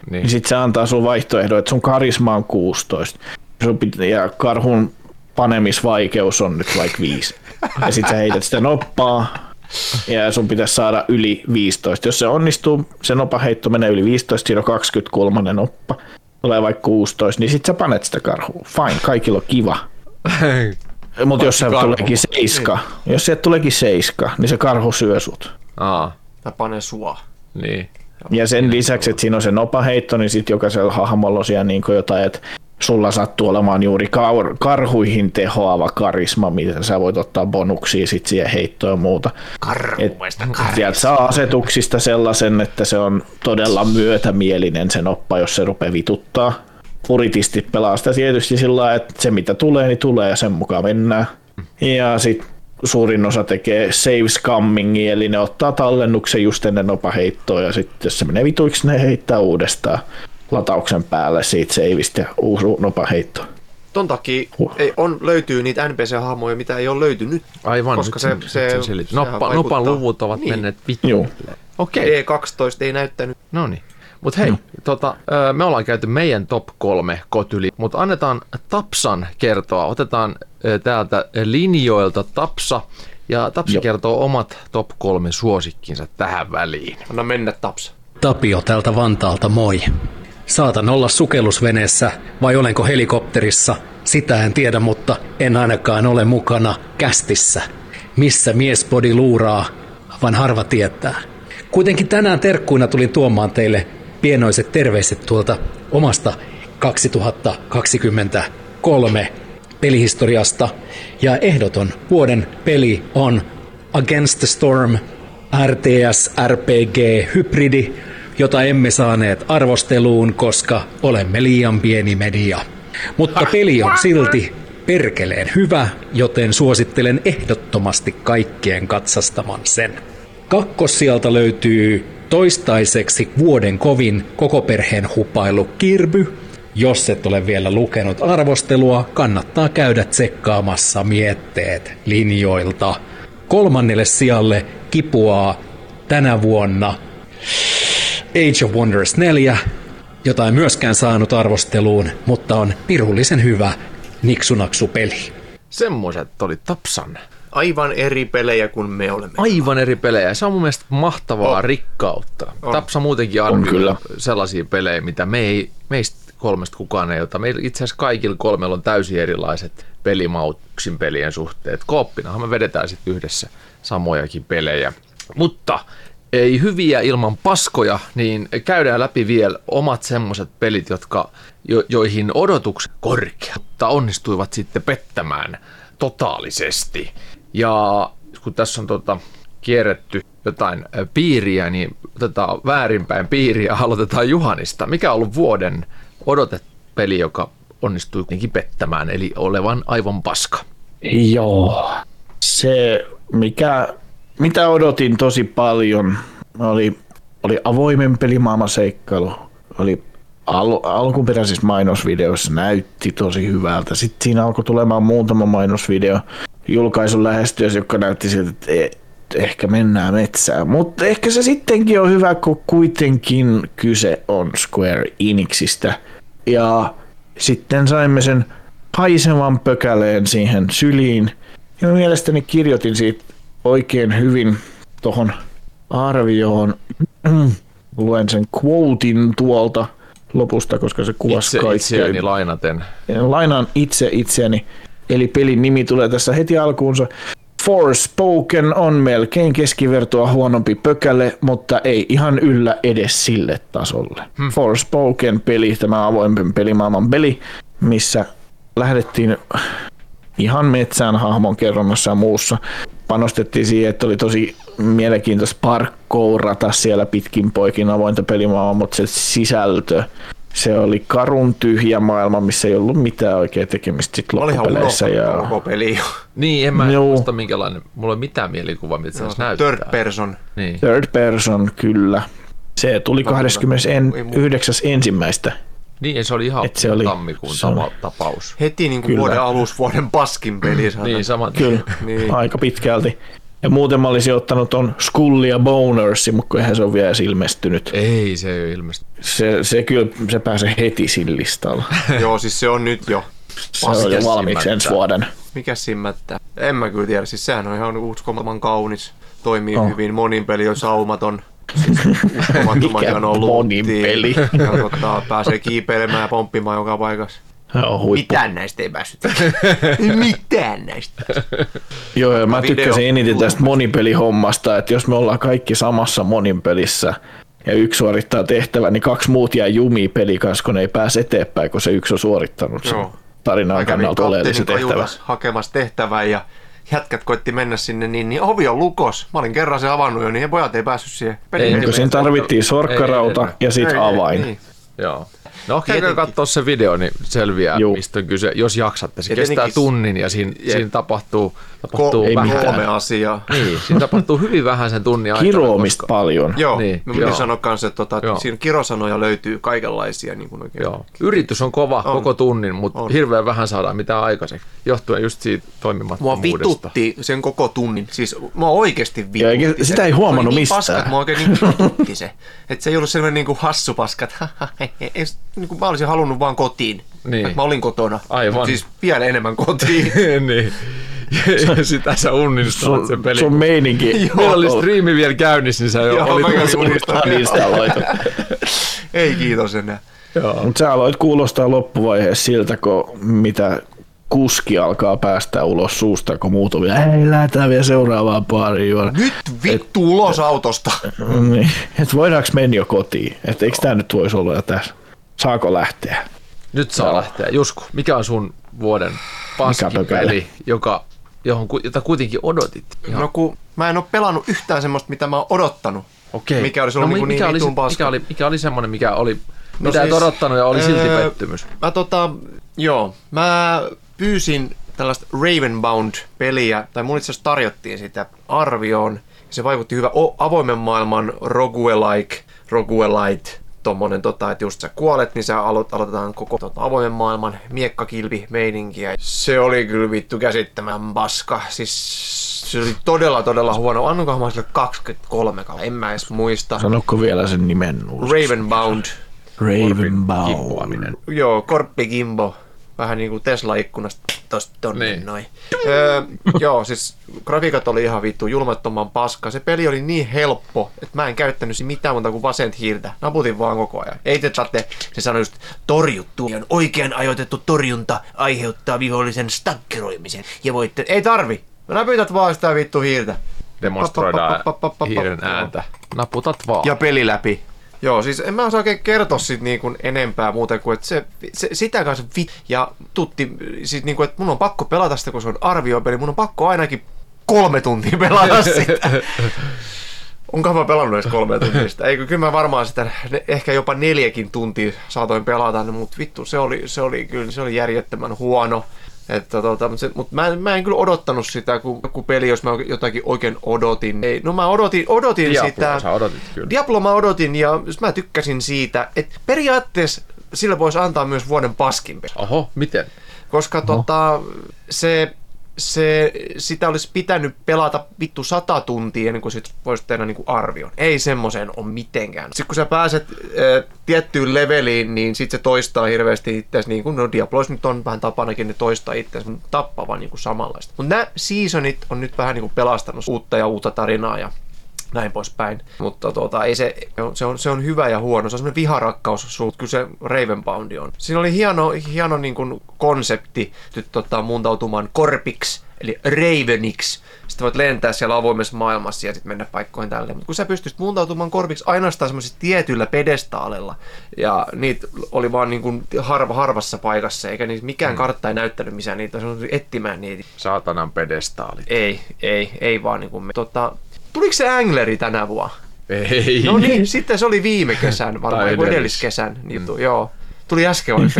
Niin. Sitten se antaa sun vaihtoehdon, että sun karisma on kuusitoista sun pitää, ja karhun panemisvaikeus on nyt vaikka viisi. Ja sitten sä heität sitä noppaa ja sun pitäisi saada yli viisitoista. Jos se onnistuu, se nopaheitto menee yli viisitoista, siinä on kaksikymmentäkolme noppa, tulee vaikka kuusitoista, niin sitten sä panet sitä karhua. Fine, kaikilla on kiva. Mutta jos se tuleekin seiska, jos sieltä tuleekin seiska, niin se karhu syö sut. Aa. Tai panee sua. Niin. Ja sen lisäksi, että siinä on se nopaheitto, niin sitten jokaisella hahmolla on siellä niin jotain, että sulla sattuu olemaan juuri karhuihin tehoava karisma, mitä sä voit ottaa bonuksia sit siihen heittoon ja muuta. Karhuista karisma. Sieltä saa asetuksista sellaisen, että se on todella myötämielinen se noppa, jos se rupeaa vituttaa. Puritisti pelaa sitä tietysti sillä lailla, että se mitä tulee, niin tulee ja sen mukaan mennään. Ja sitten suurin osa tekee save scummingia, eli ne ottaa tallennuksen just ennen nopaheittoa ja sitten jos se menee vituiksi, ne heittää uudestaan latauksen päälle siitä saveista ja uusi nopaheitto. Ton takia ei, on, löytyy niitä N P C-hahmoja, mitä ei ole löytynyt. Aivan, koska se, se, se, se Noppa, Nopan luvut ovat niin. menneet vittuun. Okei. D kaksitoista ei näyttänyt. No niin. Mutta hei, no. tota, me ollaan käyty meidän top kolme kotyli, mutta annetaan Tapsan kertoa. Otetaan täältä linjoilta Tapsa, ja Tapsa Jop. kertoo omat top kolme suosikkinsa tähän väliin. Anna mennä, Tapsa. Tapio täältä Vantaalta, moi. Saatan olla sukellusveneessä vai olenko helikopterissa? Sitä en tiedä, mutta en ainakaan ole mukana kästissä. Missä miespodi luuraa, vaan harva tietää. Kuitenkin tänään terkkuina tulin tuomaan teille pienoiset terveiset tuolta omasta kaksituhattakaksikymmentäkolme pelihistoriasta. Ja ehdoton vuoden peli on Against the Storm R T S R P G hybridi, jota emme saaneet arvosteluun, koska olemme liian pieni media. Mutta peli on silti perkeleen hyvä, joten suosittelen ehdottomasti kaikkien katsastaman sen. Kakkossijalta löytyy toistaiseksi vuoden kovin koko perheen hupailu Kirby. Jos et ole vielä lukenut arvostelua, kannattaa käydä tsekkaamassa mietteet linjoilta. Kolmannelle sijalle kipuaa tänä vuonna Age of Wonders neljä, jota en myöskään saanut arvosteluun, mutta on pirullisen hyvä niksunaksu-peli. Semmoiset oli Tapsan. Aivan eri pelejä kuin me olemme. Aivan eri pelejä. Se on mun mielestä mahtavaa on. rikkautta. On. Tapsa muutenkin arvioi sellaisia pelejä, mitä me ei, meistä kolmesta kukaan ei ota. Meillä itse asiassa kaikilla kolmella on täysin erilaiset pelimaut yksin pelien suhteet. Kooppinahan me vedetään sitten yhdessä samojakin pelejä. Mutta ei hyviä ilman paskoja, niin käydään läpi vielä omat semmoiset pelit, jotka, jo, joihin odotukset korkea, mutta onnistuivat sitten pettämään totaalisesti. Ja kun tässä on tota, kierretty jotain piiriä, niin otetaan väärinpäin piiriä ja aloitetaan Juhanista. Mikä on ollut vuoden odotettu peli, joka onnistui kuitenkin pettämään, eli olevan aivan paska? Joo, se mikä, mitä odotin tosi paljon, oli, oli avoimen pelimaailman seikkailu, oli al, alkuperäisissä mainosvideoissa näytti tosi hyvältä. Sitten siinä alkoi tulemaan muutama mainosvideo julkaisun lähestyessä, joka näytti siltä, että ehkä mennään metsään. Mutta ehkä se sittenkin on hyvä, kun kuitenkin kyse on Square Enixistä. Ja sitten saimme sen haisevan pökäleen siihen syliin. Ja mielestäni kirjoitin siitä oikein hyvin tuohon arvioon. Luen sen quotein tuolta lopusta, koska se kuvasi itse kaikkea. Itseäni lainaten. Lainaan itse itseäni. Eli pelin nimi tulee tässä heti alkuunsa. Forspoken on melkein keskivertoa huonompi pökäle, mutta ei ihan yllä edes sille tasolle. Hmm. Forspoken peli, tämä avoimen pelimaailman peli, missä lähdettiin ihan metsään hahmon kerronnassa ja muussa. Panostettiin siihen, että oli tosi mielenkiintoista parkourata siellä pitkin poikin avointa pelimaailmaa, mutta se sisältö, se oli karun tyhjä maailma, missä ei ollut mitään oikein tekemistä sit loppupeleissä. Olihan koko peli jo. Niin, en mä muista minkälainen, mulla ei mitään mielikuvaa, mitä se no, näyttää. Third person. Niin. Third person, kyllä. Se tuli kahdeskymmenesyhdeksäs ensimmäistä. Niin, se oli ihan se oli, tammikuun se oli. tapaus. Heti niin kuin vuoden alussa vuoden paskin peli. Niin, saman Kyllä, niin. Aika pitkälti. Ja muuten mä olisin ottanut ton Skull ja Bonersin, mutta eihän se ole vielä edes ilmestynyt. Ei, se ei ole ilmestynyt. Se, se kyllä se pääsee heti sillä listalla. Joo, siis se on nyt jo. Se on jo valmiiksi ensi vuoden. Mikä simmättää? En mä kyllä tiedä. Siis sehän on ihan uskomattoman kaunis. Toimii Oh. hyvin. Monin peli on saumaton. Uskomattoman Mikä hieno monin luutti. peli? Ja tota, pääsee kiipeilemään ja pomppimaan joka paikassa. Joo, huippu. Mitään näistä ei päässyt. Mitään näistä. Joo, ja mä Video. tykkäsin eniten tästä monipelihommasta, että jos me ollaan kaikki samassa moninpelissä ja yksi suorittaa tehtävän, niin kaksi muut jää jumiin peli kanssa, kun ne ei pääse eteenpäin, kun se yksi on suorittanut sen Joo. tarinan Mä kävin kannalta oleellisen kapteenin tehtävän. kajutas hakemassa tehtävää ja jätkät koitti mennä sinne, niin, niin ovi on lukos. Mä olin kerran se avannut jo, niin pojat ei päässyt siihen. Peli Ei, ei, Kun siinä tarvittiin sorkkarauta Ei, ei, ja sitten ei, ei, avain. niin. Joo. No käykää Tietenkin. katsoa se video, niin selviää, Juu. mistä on kyse, jos jaksatte. Se Ja kestää tietenkin- tunnin ja siinä, Jep. siinä tapahtuu, tapahtuu Ei vähän. mitään. Kolme asiaa. Niin, siinä tapahtuu hyvin vähän sen tunnin aikana. Kiroamista paljon. Joo, Niin, niin, mä joo. piti sanoa kanssa, että tota, Joo. siinä kirosanoja löytyy kaikenlaisia. Niin kuin oikein. Joo. Yritys on kova On. koko tunnin, mutta On. hirveän vähän saadaan mitään aikaiseksi, johtuen just siitä Mua toimimattomuudesta. vitutti sen koko tunnin. Siis mua oikeesti vitutti. Ja eikä- se. sitä ei Se huomannut oli niin mistään. paska, että mua oikein niin vitutti se. Että se ei ollut sellainen niin kuin hassupaska, että niin kuin mä olisin halunnut vaan kotiin. Niin. Että mä olin kotona. Aivan. Mut siis vielä enemmän kotiin. niin. Ja sitä sä unnistaat sen Sun, pelin. sun meininki. Meillä oli striimi vielä käynnissä, niin sä jo Joo, olit mä kävin uudestaan. unnistamaan. Niistä aloitu. Ei kiitos enää. Joo. Mutta sä aloit kuulostaa loppuvaiheessa siltä, kun mitä kuski alkaa päästä ulos suusta, kun muut on vielä, ei lähdetään vielä seuraavaan baariin juoda. Nyt vittu ulos autosta. Niin. Et voidaanko mennä jo kotiin? Et eikö tää nyt voisi olla jo tässä? Saako lähteä? Nyt saa lähteä. Jusku, mikä on sun vuoden pökäle? paskipeli, joka, johon, ku- jota kuitenkin odotit? Ihan. No kun mä en oo pelannut yhtään semmoista, mitä mä oon odottanut. Okei. Mikä olisi ollut no, niinku mikä, niin oli, vitun se- paska. mikä, oli, mikä oli semmoinen, mikä oli, No mitä et siis, odottanut ja oli silti öö, pettymys? Mä tota, joo, mä pyysin tällaista Ravenbound-peliä, tai mun itse asiassa tarjottiin sitä arvioon. Se vaikutti hyvä o- avoimen maailman roguelike, roguelite, tommonen tota, että just sä kuolet, niin sä alo- aloitetaan koko tota, avoimen maailman miekkakilpi meininkiä. Se oli kyllä vittu käsittämän paska. Siis se oli todella todella huono. Annankohan mä sille kaksikymmentäkolme kautta, en mä edes muista. Sanokko vielä sen nimen uusiksi? Ravenbound. Ravenbound. Kimpoaminen. Joo, Korppi Kimbo. Vähän niinku Tesla-ikkunasta tosta tonne Niin. noin. Öö, joo, siis grafiikat oli ihan vittu julmattoman paska. Se peli oli niin helppo, että mä en käyttänyt siinä mitään muuta kuin vasenta hiirtä. Naputin vaan koko ajan. Ei te saatte, se sanoi just torjuttu. Oikein ajoitettu torjunta aiheuttaa vihollisen stakkeroimisen. Ja voitte, ei tarvi. Naputat vaan sitä vittu hiirtä. Demonstroidaan Pa, pa, pa, pa, pa, pa. hiiren Joo. ääntä. Naputat vaan. Ja peli läpi. Joo, siis en mä osaa oikein kertoa sit niinku enempää muuten kuin, että se, se, sitä kanssa vi... Ja tutti, siis niinku, että mun on pakko pelata sitä, kun se on arviopeli, mun on pakko ainakin kolme tuntia pelata sitä. Onkohan mä pelannut edes kolme tuntia sitä? Eikö, kyllä mä varmaan sitä ne- ehkä jopa neljäkin tuntia saatoin pelata, mutta vittu, se oli, se oli kyllä, se oli järjettömän huono. Että tota, mutta, se, mutta mä, en, mä en kyllä odottanut sitä, kun joku peli, jos mä jotakin oikein odotin. Ei, no mä odotin, odotin Diabloa sitä. sä odotit kyllä. Diablo mä odotin ja mä tykkäsin siitä, että periaatteessa sillä voisi antaa myös vuoden paskin peli. Oho, miten? Koska tota, se, se, sitä olisi pitänyt pelata vittu sata tuntia ennen kuin sit voisi tehdä niinku arvion. Ei semmoiseen ole mitenkään. Sitten kun sä pääset äh, tiettyyn leveliin, niin sit se toistaa hirveästi itseäsi, niin kuin no Diablos nyt on vähän tapanakin, ne toistaa itseäsi, mutta tappaa niinku samanlaista. Mutta nämä seasonit on nyt vähän niinku pelastanut uutta ja uutta tarinaa ja näin poispäin. Mutta tuota, ei se, se, on, se on hyvä ja huono. Se on semmoinen viharakkaussuut, kyllä se Ravenbound on. Siinä oli hieno, hieno niin kuin konsepti nyt tota, muuntautumaan korpiksi, eli Raveniksi. Sitten voit lentää siellä avoimessa maailmassa ja sitten mennä paikkoihin tälleen. Mutta kun sä pystyisit muuntautumaan korpiksi ainoastaan semmoisilla tietyillä pedestaalilla, ja niitä oli vaan niin kuin harva, harvassa paikassa, eikä niitä mikään mm. kartta ei näyttänyt missään niitä, se on etsimään niitä. Saatanan pedestaalit. Ei, ei, ei vaan niin kuin me. Tota, tuliko se Angleri tänä vuonna? Ei. No niin, sitten se oli viime kesän, varmaan Tai joku edellis. edelliskesän. Niin, mm. Joo. Tuli äsken vaikka.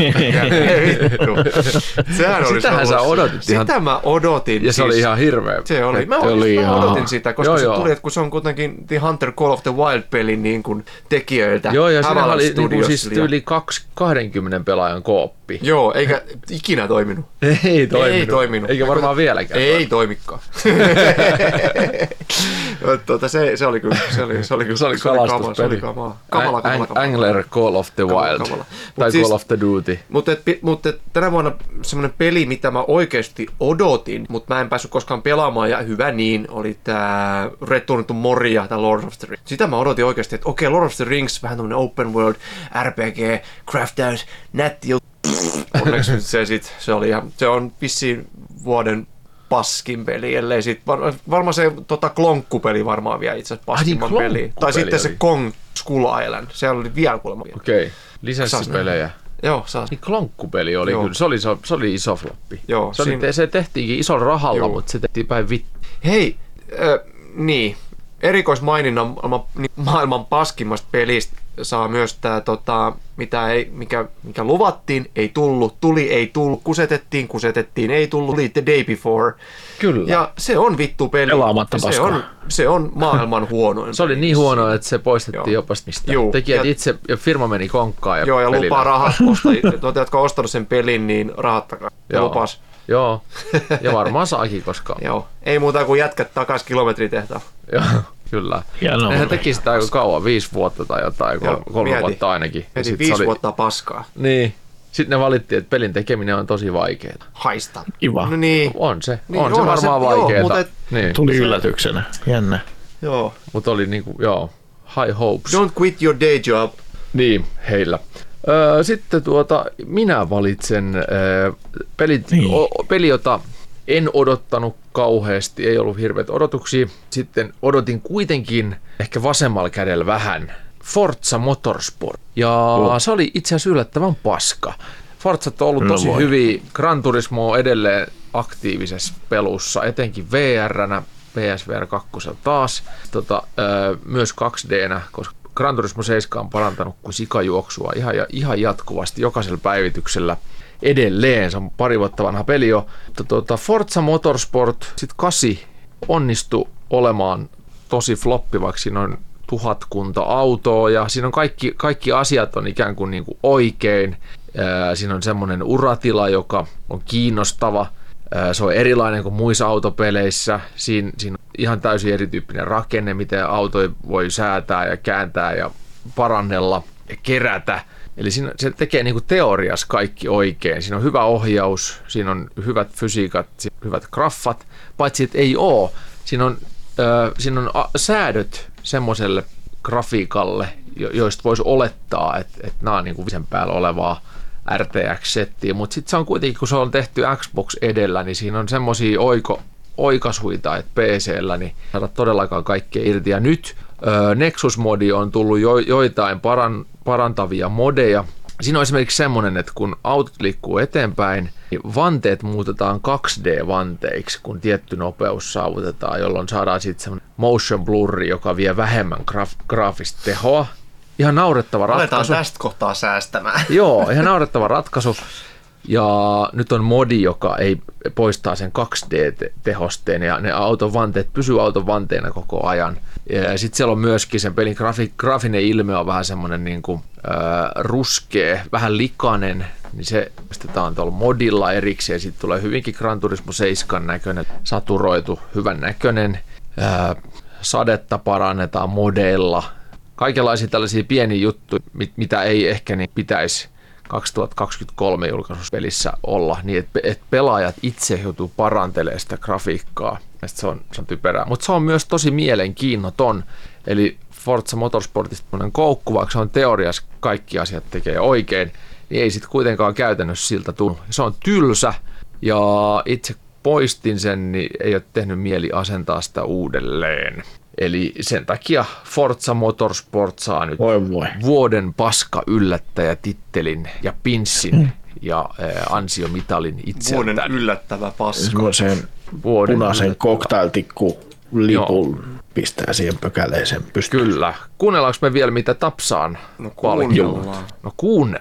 Sehän oli Sitähän sä odotit Sitä ihan... mä odotin. Ja siis. se oli ihan hirveä. Se oli. Mä, oli mä ihan... odotin sitä, koska joo, se joo. tuli, että kun se on kuitenkin The Hunter Call of the Wild-pelin niin kuin tekijöiltä. Joo, ja siinä Havalan oli niin kuin siis Studiosilla. yli kaksikymmentä pelaajan kooppi. Joo, eikä ikinä toiminut. Ei toiminut. Ei toiminut. Eikä varmaan vieläkään. Ei toimikaan. tuota, se, se oli kyllä, se oli, se oli kyllä, Se oli se oli kalastuspeli. Se oli kamala, kamala, kamala, kamala. Angler Call of the Kamala, Wild. kamala. Tai Mut siis- Call of the Duty. Mutta et, mut et, tänä vuonna semmoinen peli, mitä mä oikeasti odotin, mutta mä en päässyt koskaan pelaamaan, ja hyvä niin, oli tää Return to Moria, tai Lord of the Rings. Sitä mä odotin oikeasti, että okei, Lord of the Rings, vähän tämmönen open world, R P G, craftaus, nätti juttu. Onneksi nyt se sit, se oli ihan, se on vissiin vuoden paskin peli, ellei sit, var, varmaan se tota, klonkkupeli varmaan vielä itse asiassa paskimman niin, peli. Tai sitten se oli. Kong Skull Island, se oli vielä kuulemma. Okei, lisenssipelejä. Joo, saa. Niin klonkkupeli oli Joo. kyllä, se oli, se oli iso floppi. Joo, se, oli, siinä- se tehtiinkin isolla rahalla, Joo. mutta se tehtiin päin vittu. Hei, äh, niin, erikoismaininnan ma- niin maailman paskimmasta pelistä saa myös tämä, tota, mitä ei, mikä, mikä luvattiin, ei tullut, tuli, ei tullut, kusetettiin, kusetettiin, ei tullut, tuli The Day Before. Kyllä. Ja se on vittu peli. Pelaamatta se paskaa. on, se on maailman huonoin. Se oli niin huono, että se poistettiin Joo. jopa mistä. Juu, Tekijät ja- itse, ja firma meni konkkaan. Ja Joo, ja pelillä. lupaa rahat ostajille. Tuota, jotka on ostanut sen pelin, niin rahattakaa. Ja Joo. lupas. Joo, ja varmaan saakin koskaan. Joo. Ei muuta kuin jätkät takas kilometritehtaan. Joo, kyllä. Hieno Nehän oli. teki sitä aika kauan, viisi vuotta tai jotain, kol- Joo, kolme mieti. vuotta ainakin. Ja Heti sit viisi se oli, vuotta paskaa. Niin. Sitten ne valittiin, että pelin tekeminen on tosi vaikeaa. Haista. Kiva. No niin. On se, Niin, on se onhan se- varmaan joo, vaikeaa. mutta et- Niin. Tuli yllätyksenä. Jännä. Joo. Mutta oli niinku, joo, high hopes. Don't quit your day job. Niin, heillä. Öö, sitten tuota, minä valitsen öö, pelit, Niin. o, peli, jota en odottanut kauheasti, ei ollut hirveät odotuksia. Sitten odotin kuitenkin ehkä vasemmalla kädellä vähän Forza Motorsport. Ja Oh. se oli itse asiassa yllättävän paska. Forzat on ollut No tosi voi. hyviä. Gran Turismo on edelleen aktiivisessa pelussa, etenkin V R-nä, P S V R kaksi taas. Tota, öö, myös kaksi D-nä, koska Gran Turismo seitsemän on parantanut kuin sikajuoksua ihan, ihan jatkuvasti jokaisella päivityksellä. Edelleen, se on pari vuotta vanha peli jo. Mutta tuota, Forza Motorsport, sitten kasi onnistui olemaan tosi floppi, vaikka siinä on tuhatkunta autoa ja siinä on kaikki, kaikki asiat on ikään kuin, niin kuin oikein. Ää, siinä on semmoinen uratila, joka on kiinnostava. Ää, se on erilainen kuin muissa autopeleissä. Siin, siinä on ihan täysin erityyppinen rakenne, miten autoja voi säätää ja kääntää ja parannella ja kerätä. Eli siinä, se tekee niin kuin teoriassa kaikki oikein. Siinä on hyvä ohjaus, siinä on hyvät fysiikat, siinä on hyvät graffat, paitsi että ei ole. Siinä on, äh, siinä on a- säädöt semmoiselle grafiikalle, jo- joista voisi olettaa, että, että nämä on niin kuin sen päällä olevaa R T X-settiä, mutta sitten se on kuitenkin, kun se on tehty Xbox edellä, niin siinä on semmoisia oiko, oikaisuita, että P C:llä niin saada todellakaan kaikkea irti. Ja nyt ö, Nexus-modi on tullut jo, joitain paran, parantavia modeja. Siinä on esimerkiksi semmoinen, että kun autot liikkuu eteenpäin, niin vanteet muutetaan kaksi D-vanteiksi, kun tietty nopeus saavutetaan, jolloin saadaan sitten semmoinen motion blurri, joka vie vähemmän graf- graafista tehoa. Ihan naurettava Aletaan ratkaisu. tästä kohtaa säästämään. Joo, ihan naurettava ratkaisu. Ja nyt on modi, joka ei poistaa sen kaksi D-tehosteen ja ne auton vanteet pysyy auton vanteena koko ajan. Ja sitten siellä on myöskin sen pelin grafi, graafinen ilme on vähän semmoinen niin kuin, äh, ruskea, vähän likainen, niin se pistetään tuolla modilla erikseen. Sitten tulee hyvinkin Gran Turismo seitsemän näköinen, saturoitu, hyvän näköinen. Äh, sadetta parannetaan modeilla. Kaikenlaisia tällaisia pieniä juttuja, mit, mitä ei ehkä niin pitäisi kaksituhattakaksikymmentäkolme julkaisuspelissä olla, niin että et pelaajat itse joutuu parantelemaan sitä grafiikkaa. Se on, se on typerää. Mutta se on myös tosi mielenkiinnoton. Eli Forza Motorsportista tämmöinen koukku, vaikka se on teoriassa kaikki asiat tekee oikein, niin ei sitten kuitenkaan käytännössä siltä tunnu. Se on tylsä ja itse poistin sen, niin ei ole tehnyt mieli asentaa sitä uudelleen. Eli sen takia Forza Motorsport saa nyt Voi voi. vuoden paska yllättäjä tittelin ja pinssin ja ää, ansiomitalin Vuoden itseltään. yllättävä paska. Semmoisen Vuoden punaisen yllättävä. cocktailtikku lipun pistää siihen pökäleeseen pystyyn. Kyllä. Kuunnellaanko me vielä mitä Tapsaan No palkinnon? kuunnellaan. No kuunnellaan.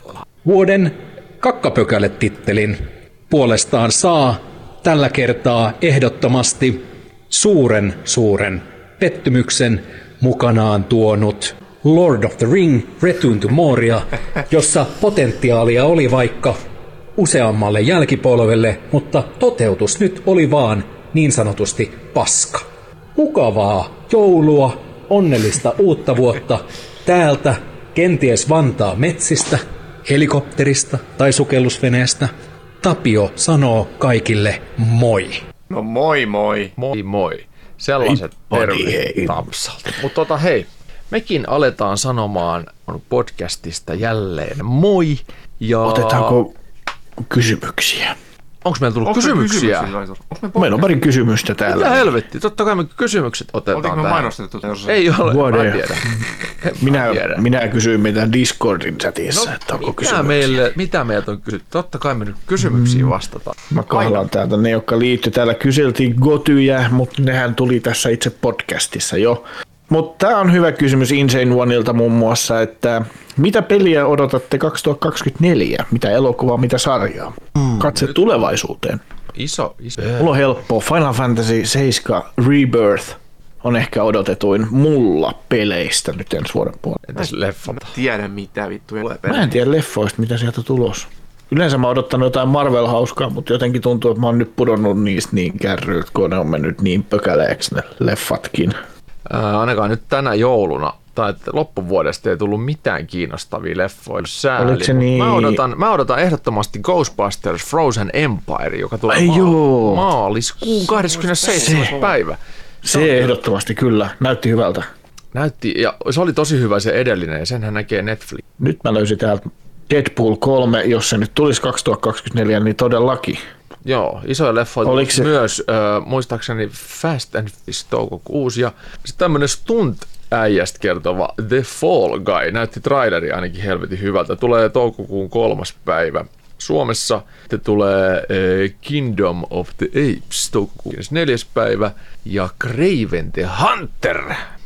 Vuoden kakkapökäle-tittelin puolestaan saa tällä kertaa ehdottomasti suuren suuren pettymyksen mukanaan tuonut Lord of the Ring Return to Moria, jossa potentiaalia oli vaikka useammalle jälkipolvelle, mutta toteutus nyt oli vaan niin sanotusti paska. Mukavaa joulua, onnellista uutta vuotta täältä, kenties Vantaa metsistä, helikopterista tai sukellusveneestä. Tapio sanoo kaikille moi. No moi moi. Moi moi. Sellaiset terveet Tampsalta. Mutta tota hei, mekin aletaan sanomaan podcastista jälleen moi. Ja... Otetaanko kysymyksiä? Onko meillä tullut Onko kysymyksiä? kysymyksiä? Meillä on pari kysymystä täällä. Mitä helvetti? Totta kai me kysymykset otetaan Oltiinko me tähän. mainostettu? Ei ole, Vuode. mä en tiedä. Minä, en tiedä. minä kysyin meidän Discordin chatissa, No, että onko mitä, kysymyksiä. meille, mitä meiltä on kysytty? Totta kai me nyt kysymyksiin vastataan. Mä kahlaan täältä ne, jotka liittyi. Täällä kyseltiin gotyjä, mutta nehän tuli tässä itse podcastissa jo. Mutta tää on hyvä kysymys Insane Oneilta muun muassa, että mitä peliä odotatte kaksituhattakaksikymmentäneljä? Mitä elokuvaa, mitä sarjaa? Katse tulevaisuuteen. Iso, iso. Mulla on helppoa. Final Fantasy seitsemän Rebirth on ehkä odotetuin mulla peleistä nyt ensi vuoden puolella. Entäs leffa? Tiedä mitä vittu. Mä en tiedä leffoista, mitä sieltä tulos. Yleensä mä oon odottanut jotain Marvel-hauskaa, mutta jotenkin tuntuu, että mä oon nyt pudonnut niistä niin kärryiltä, kun ne on mennyt niin pökäleeksi ne leffatkin. Ää, ainakaan nyt tänä jouluna tai että loppuvuodesta ei tullut mitään kiinnostavia leffoja. Sääli. Oliko se niin? Mä odotan, mä odotan ehdottomasti Ghostbusters Frozen Empire, joka tulee Ai maa- joo. maaliskuun kahdeskymmenesseitsemäs Se- päivä. Se ehdottomasti kyllä, näytti hyvältä. Näytti, ja se oli tosi hyvä se edellinen, ja senhän näkee Netflix. Nyt mä löysin täältä Deadpool kolme, jos se nyt tulisi kaksituhattakaksikymmentäneljä, niin todellakin. Joo, isoja leffoja Oliko se- myös, äh, muistaakseni Fast and Furious toukokuusi, ja sitten tämmönen stunt-äijästä kertova The Fall Guy näytti traileri ainakin helvetin hyvältä. Tulee toukokuun kolmas päivä. Suomessa sitten tulee äh, Kingdom of the Apes toukokuun neljäs päivä, ja Kraven the Hunter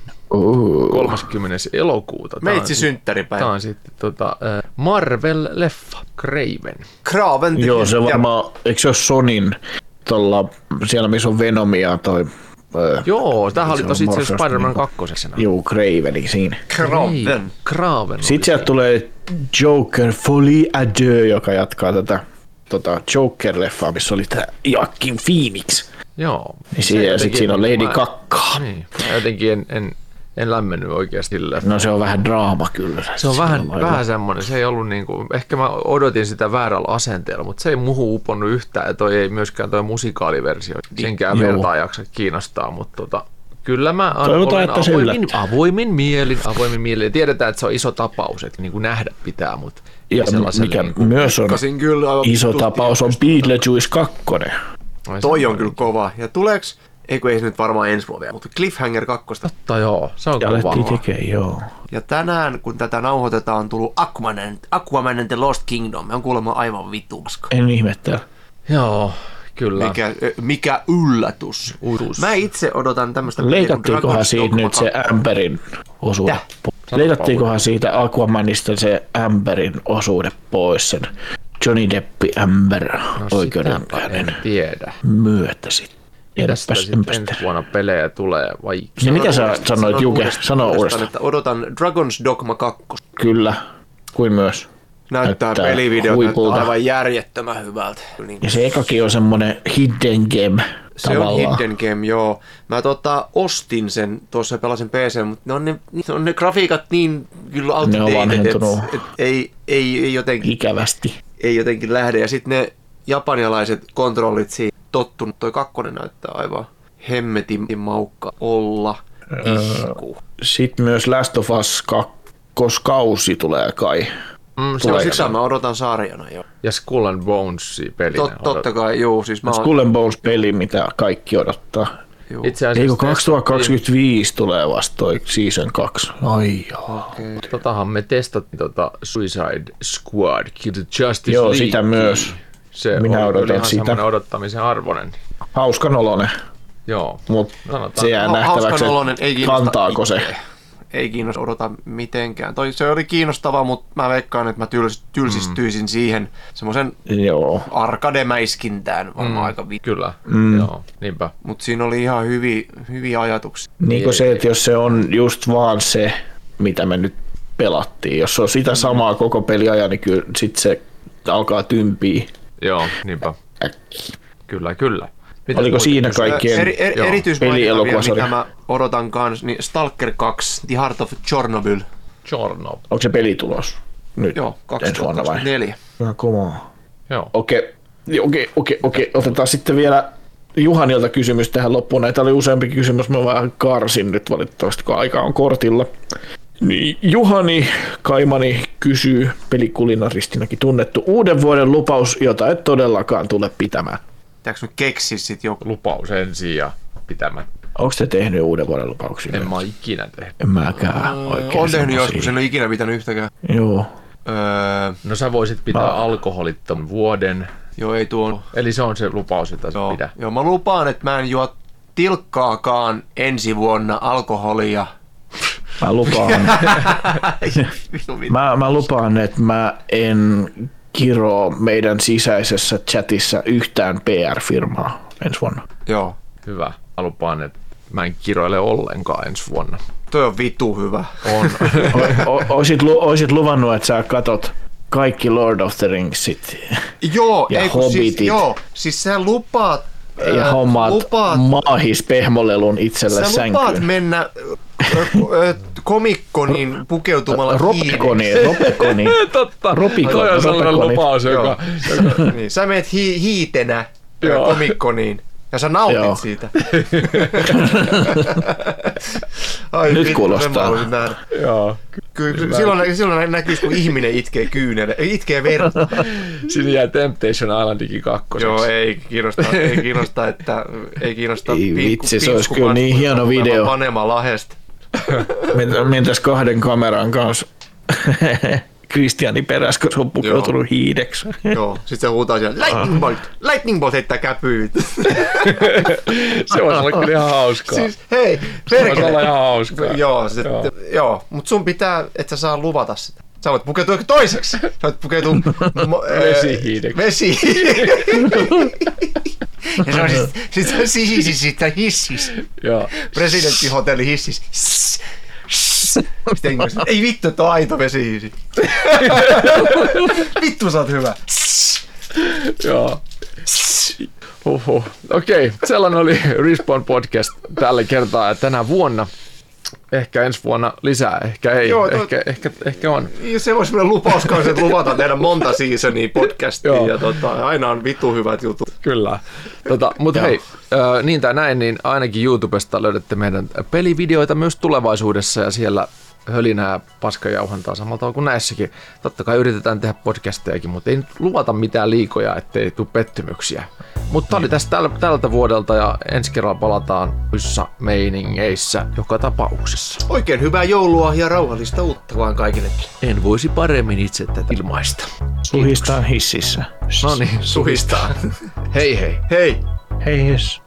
Uh. kolmaskymmenes elokuuta. Tää on Meitsi sit- synttäripäivä. Tää on sitten tota, äh, Marvel-leffa, Kraven. Kraven. Joo, se varmaan, eikö se ole Sonin tuolla, siellä missä on Venomia toi... Öö, Joo, tämähän oli se on tosi itse asiassa Morpheus Spider-Man niinku- kakkosena. Juu, Craveni siinä. Kraven. Kraven. Sitten sieltä tulee Joker Folie à deux, joka jatkaa tätä tota Joker-leffaa, missä oli tämä Joaquin Phoenix. Joo. Niin siinä, ja sitten siinä on Lady mä- Gaga. Niin, mä jotenkin en, en, en lämmennyt oikeasti sille. No se on vähän draama kyllä. Se on vähän, Siinä vähän semmoinen, se ei ollut niinku, ehkä mä odotin sitä väärällä asenteella, mutta se ei muuhun uponnut yhtään, ja toi ei myöskään toi musikaaliversio senkään Joo. vertaa jaksa kiinnostaa, mutta tota, kyllä mä an- Toivotaan, olen että se avoimin, yllättää. avoimin mielin, avoimin mielin, ja tiedetään, että se on iso tapaus, että niinku nähdä pitää, mutta Ja ei sellaiselle mikä niinku- myös on Kasin kyllä aivan iso vittu tapaus on Beetlejuice kaksi. Ai, Toi se on kyllä kova. Ja tuleeks, ei kun ei se nyt varmaan ensi vuoteen, mutta Cliffhanger kaksi. Totta joo, se on Ja alettiin kova. tekemään, joo. Ja tänään, kun tätä nauhoitetaan, on tullut Aquaman, Aquaman and the Lost Kingdom. On kuulemma aivan vittu paska. En ihmettele. Joo, kyllä. Mikä, mikä yllätys. Utus. Mä itse odotan tämmöistä... Leikattiinkohan siitä nyt se Amberin osuuden Täh? pois? Leikattiinkohan siitä Aquamanista se Amberin osuuden pois sen Johnny Deppi Amber No, oikeudenkäynnin sitäpä en tiedä. myötä sitten. Mitäs Tiedäpäs sitten enpäs ensi tehdä. vuonna pelejä tulee vai? Niin mitä sä uudestaan, sanoit, sanon Juke? uudestaan, Sano uudestaan. Että odotan Dragon's Dogma kaksi. Kyllä, kuin myös. Näyttää, Näyttää pelivideot huipulta. näyttää aivan järjettömän hyvältä. Niin Ja se ekakin on semmonen hidden game se on tavallaan. hidden game, joo. Mä tota ostin sen, tuossa pelasin P C, mutta ne on ne, ne, on ne grafiikat niin kyllä outdated, vanhentunut. et, et ei, ei, ei, jotenkin, Ikävästi. ei jotenkin lähde. Ja sitten ne japanialaiset kontrollit siitä tottunut. Toi kakkonen näyttää aivan hemmetin maukka olla. Isku. Sitten myös Last of Us kakkoskausi tulee kai. Mm, se Se on on sitä mä odotan sarjana jo. ja Skull and Bones pelinä. Tot, totta kai, juu. Siis mä oon, Skull and Bones peli, mitä kaikki odottaa. juu. Itse Eikö asiassa kaksituhattakaksikymmentäviisi tulee vasta toi season kaksi? Ai joo. testattiin- Totahan me testattiin tota Suicide Squad, Kill the Justice Joo, League. sitä myös. Se Minä on odotan kyllä ihan sitä. semmoinen odottamisen arvoinen. Hauska nolonen, Joo. mutta Sanotaan- se jää Ha- nähtäväksi, hauskan oloinen, ei että kiinnosta kantaako se. itseä. ei kiinnosta odota mitenkään. Toi, se oli kiinnostava, mutta mä veikkaan, että mä tyls, tylsistyisin mm. siihen semmoisen arkademäiskintään varmaan mm. aika vi- Kyllä, mm. joo, niinpä. Mutta siinä oli ihan hyviä, hyviä ajatuksia. Niin kuin se, että jos se on just vaan se, mitä me nyt pelattiin. Jos se on sitä samaa koko peliajan, niin kyllä sit se alkaa tympiä. Joo, niinpä. Äkki. Kyllä, kyllä. Mitä Oliko siinä kaikkien eri, eri, erityismainita vielä, mitä mä odotan kanssa, niin Stalker kaksi, The Heart of Chernobyl. Chernobyl. Onko se pelitulos nyt? Joo, kaksituhattakaksikymmentäneljä. No, come on. Joo. Okei, okei, okei, okei. Otetaan sitten vielä Juhanilta kysymys tähän loppuun. Näitä oli useampi kysymys, mä vähän karsin nyt valitettavasti, kun aika on kortilla. Niin Juhani Kaimani kysyy, pelikulinaristinakin tunnettu, uuden vuoden lupaus, jota et todellakaan tule pitämään. Pitääkö nyt keksiä sit joku? Lupaus ensin ja pitämään. Onko te tehnyt uuden vuoden lupauksia? En mä ikinä tehnyt. En mäkään oikein. Olen tehnyt joskus, en ole ikinä pitänyt yhtäkään. Joo. Öö, no sä voisit pitää mä... alkoholittoman vuoden. Joo, ei tuon. Eli se on se lupaus, jota sä pidä. Joo, mä lupaan, että mä en juo tilkkaakaan ensi vuonna alkoholia. Mä lupaan. mä, mä lupaan, että mä en kiroo meidän sisäisessä chatissa yhtään P R-firmaa ensi vuonna. Joo. Hyvä. Mä lupaan, että mä en kiroile ollenkaan ensi vuonna. Toi on vitu hyvä. On. o, o, oisit, lu, oisit luvannut, että sä katot kaikki Lord of the Ringsit joo, ja ei, Hobbitit. Siis, joo, siis sä lupaat ja hommaat lupaat, maahispehmolelun itselle sä sänkyyn. Sä lupaat mennä komikkoniin pukeutumalla Ropekoniin. Ropekoniin. Totta. Ropikon, toi on sellainen lupaus, joka... joka... niin, sä menet hi- hiitenä komikkoniin. Ja sä nautit joo. siitä. Ai, nyt kuulostaa. Joo. Kyllä, silloin, silloin näkyy, kun ihminen itkee kyynelle, itkee verta. Siinä jää Temptation Islandikin kakkoseksi. Joo, ei kiinnosta, ei kiinnosta, että ei kiinnosta. Ei vitsi, se olisi kyllä niin hieno video. Panema Lahesta. Mentäis kahden kameran kanssa. Kristiani peräs, kun se on pukeutunut joo. hiideksi. Joo, sit se huutaa siellä, Lightning Bolt, Lightning Bolt heittää käpyyn. Se voisi olla kyllä ihan hauskaa. Siis, hei, perkele. Se voisi olla ihan hauskaa. Joo, sit, joo. joo, mutta sun pitää, että sä saa luvata sitä. Sä voit pukeutua toiseksi. Sä voit pukeutua vesihiideksi. Vesihiideksi. Ja se on sit, sit se sihisi siitä hississä. Joo. Presidenttihotelli hississä. Ei vittu, tuo aito vesihiisi. Vittu, sä oot hyvä. Joo. Huhhuh. Okei, okay. Sellainen oli Respawn Podcast tällä kertaa ja tänä vuonna. Ehkä ensi vuonna lisää, ehkä ei, joo, to... ehkä, ehkä, ehkä on. Se voisi olla lupaus kanssa, että luvata tehdä monta seasonia podcastia ja tota, aina on vittu hyvät jutut. Kyllä, tota, mutta hei, äh, niin tai näin, niin ainakin YouTubesta löydätte meidän pelivideoita myös tulevaisuudessa ja siellä hölinää paskajauhantaa samalla tavalla kuin näissäkin. Totta kai yritetään tehdä podcastejakin, mutta ei nyt luvata mitään liikoja, ettei tule pettymyksiä. Mutta tämä oli tästä täl, tältä vuodelta ja ensi kerralla palataan yssä meiningeissä joka tapauksessa. Oikein hyvää joulua ja rauhallista uutta vaan kaikille. En voisi paremmin itse tätä ilmaista. Suhistaan hississä. No niin, suhistaan. Hei hei. Hei. Hei hes.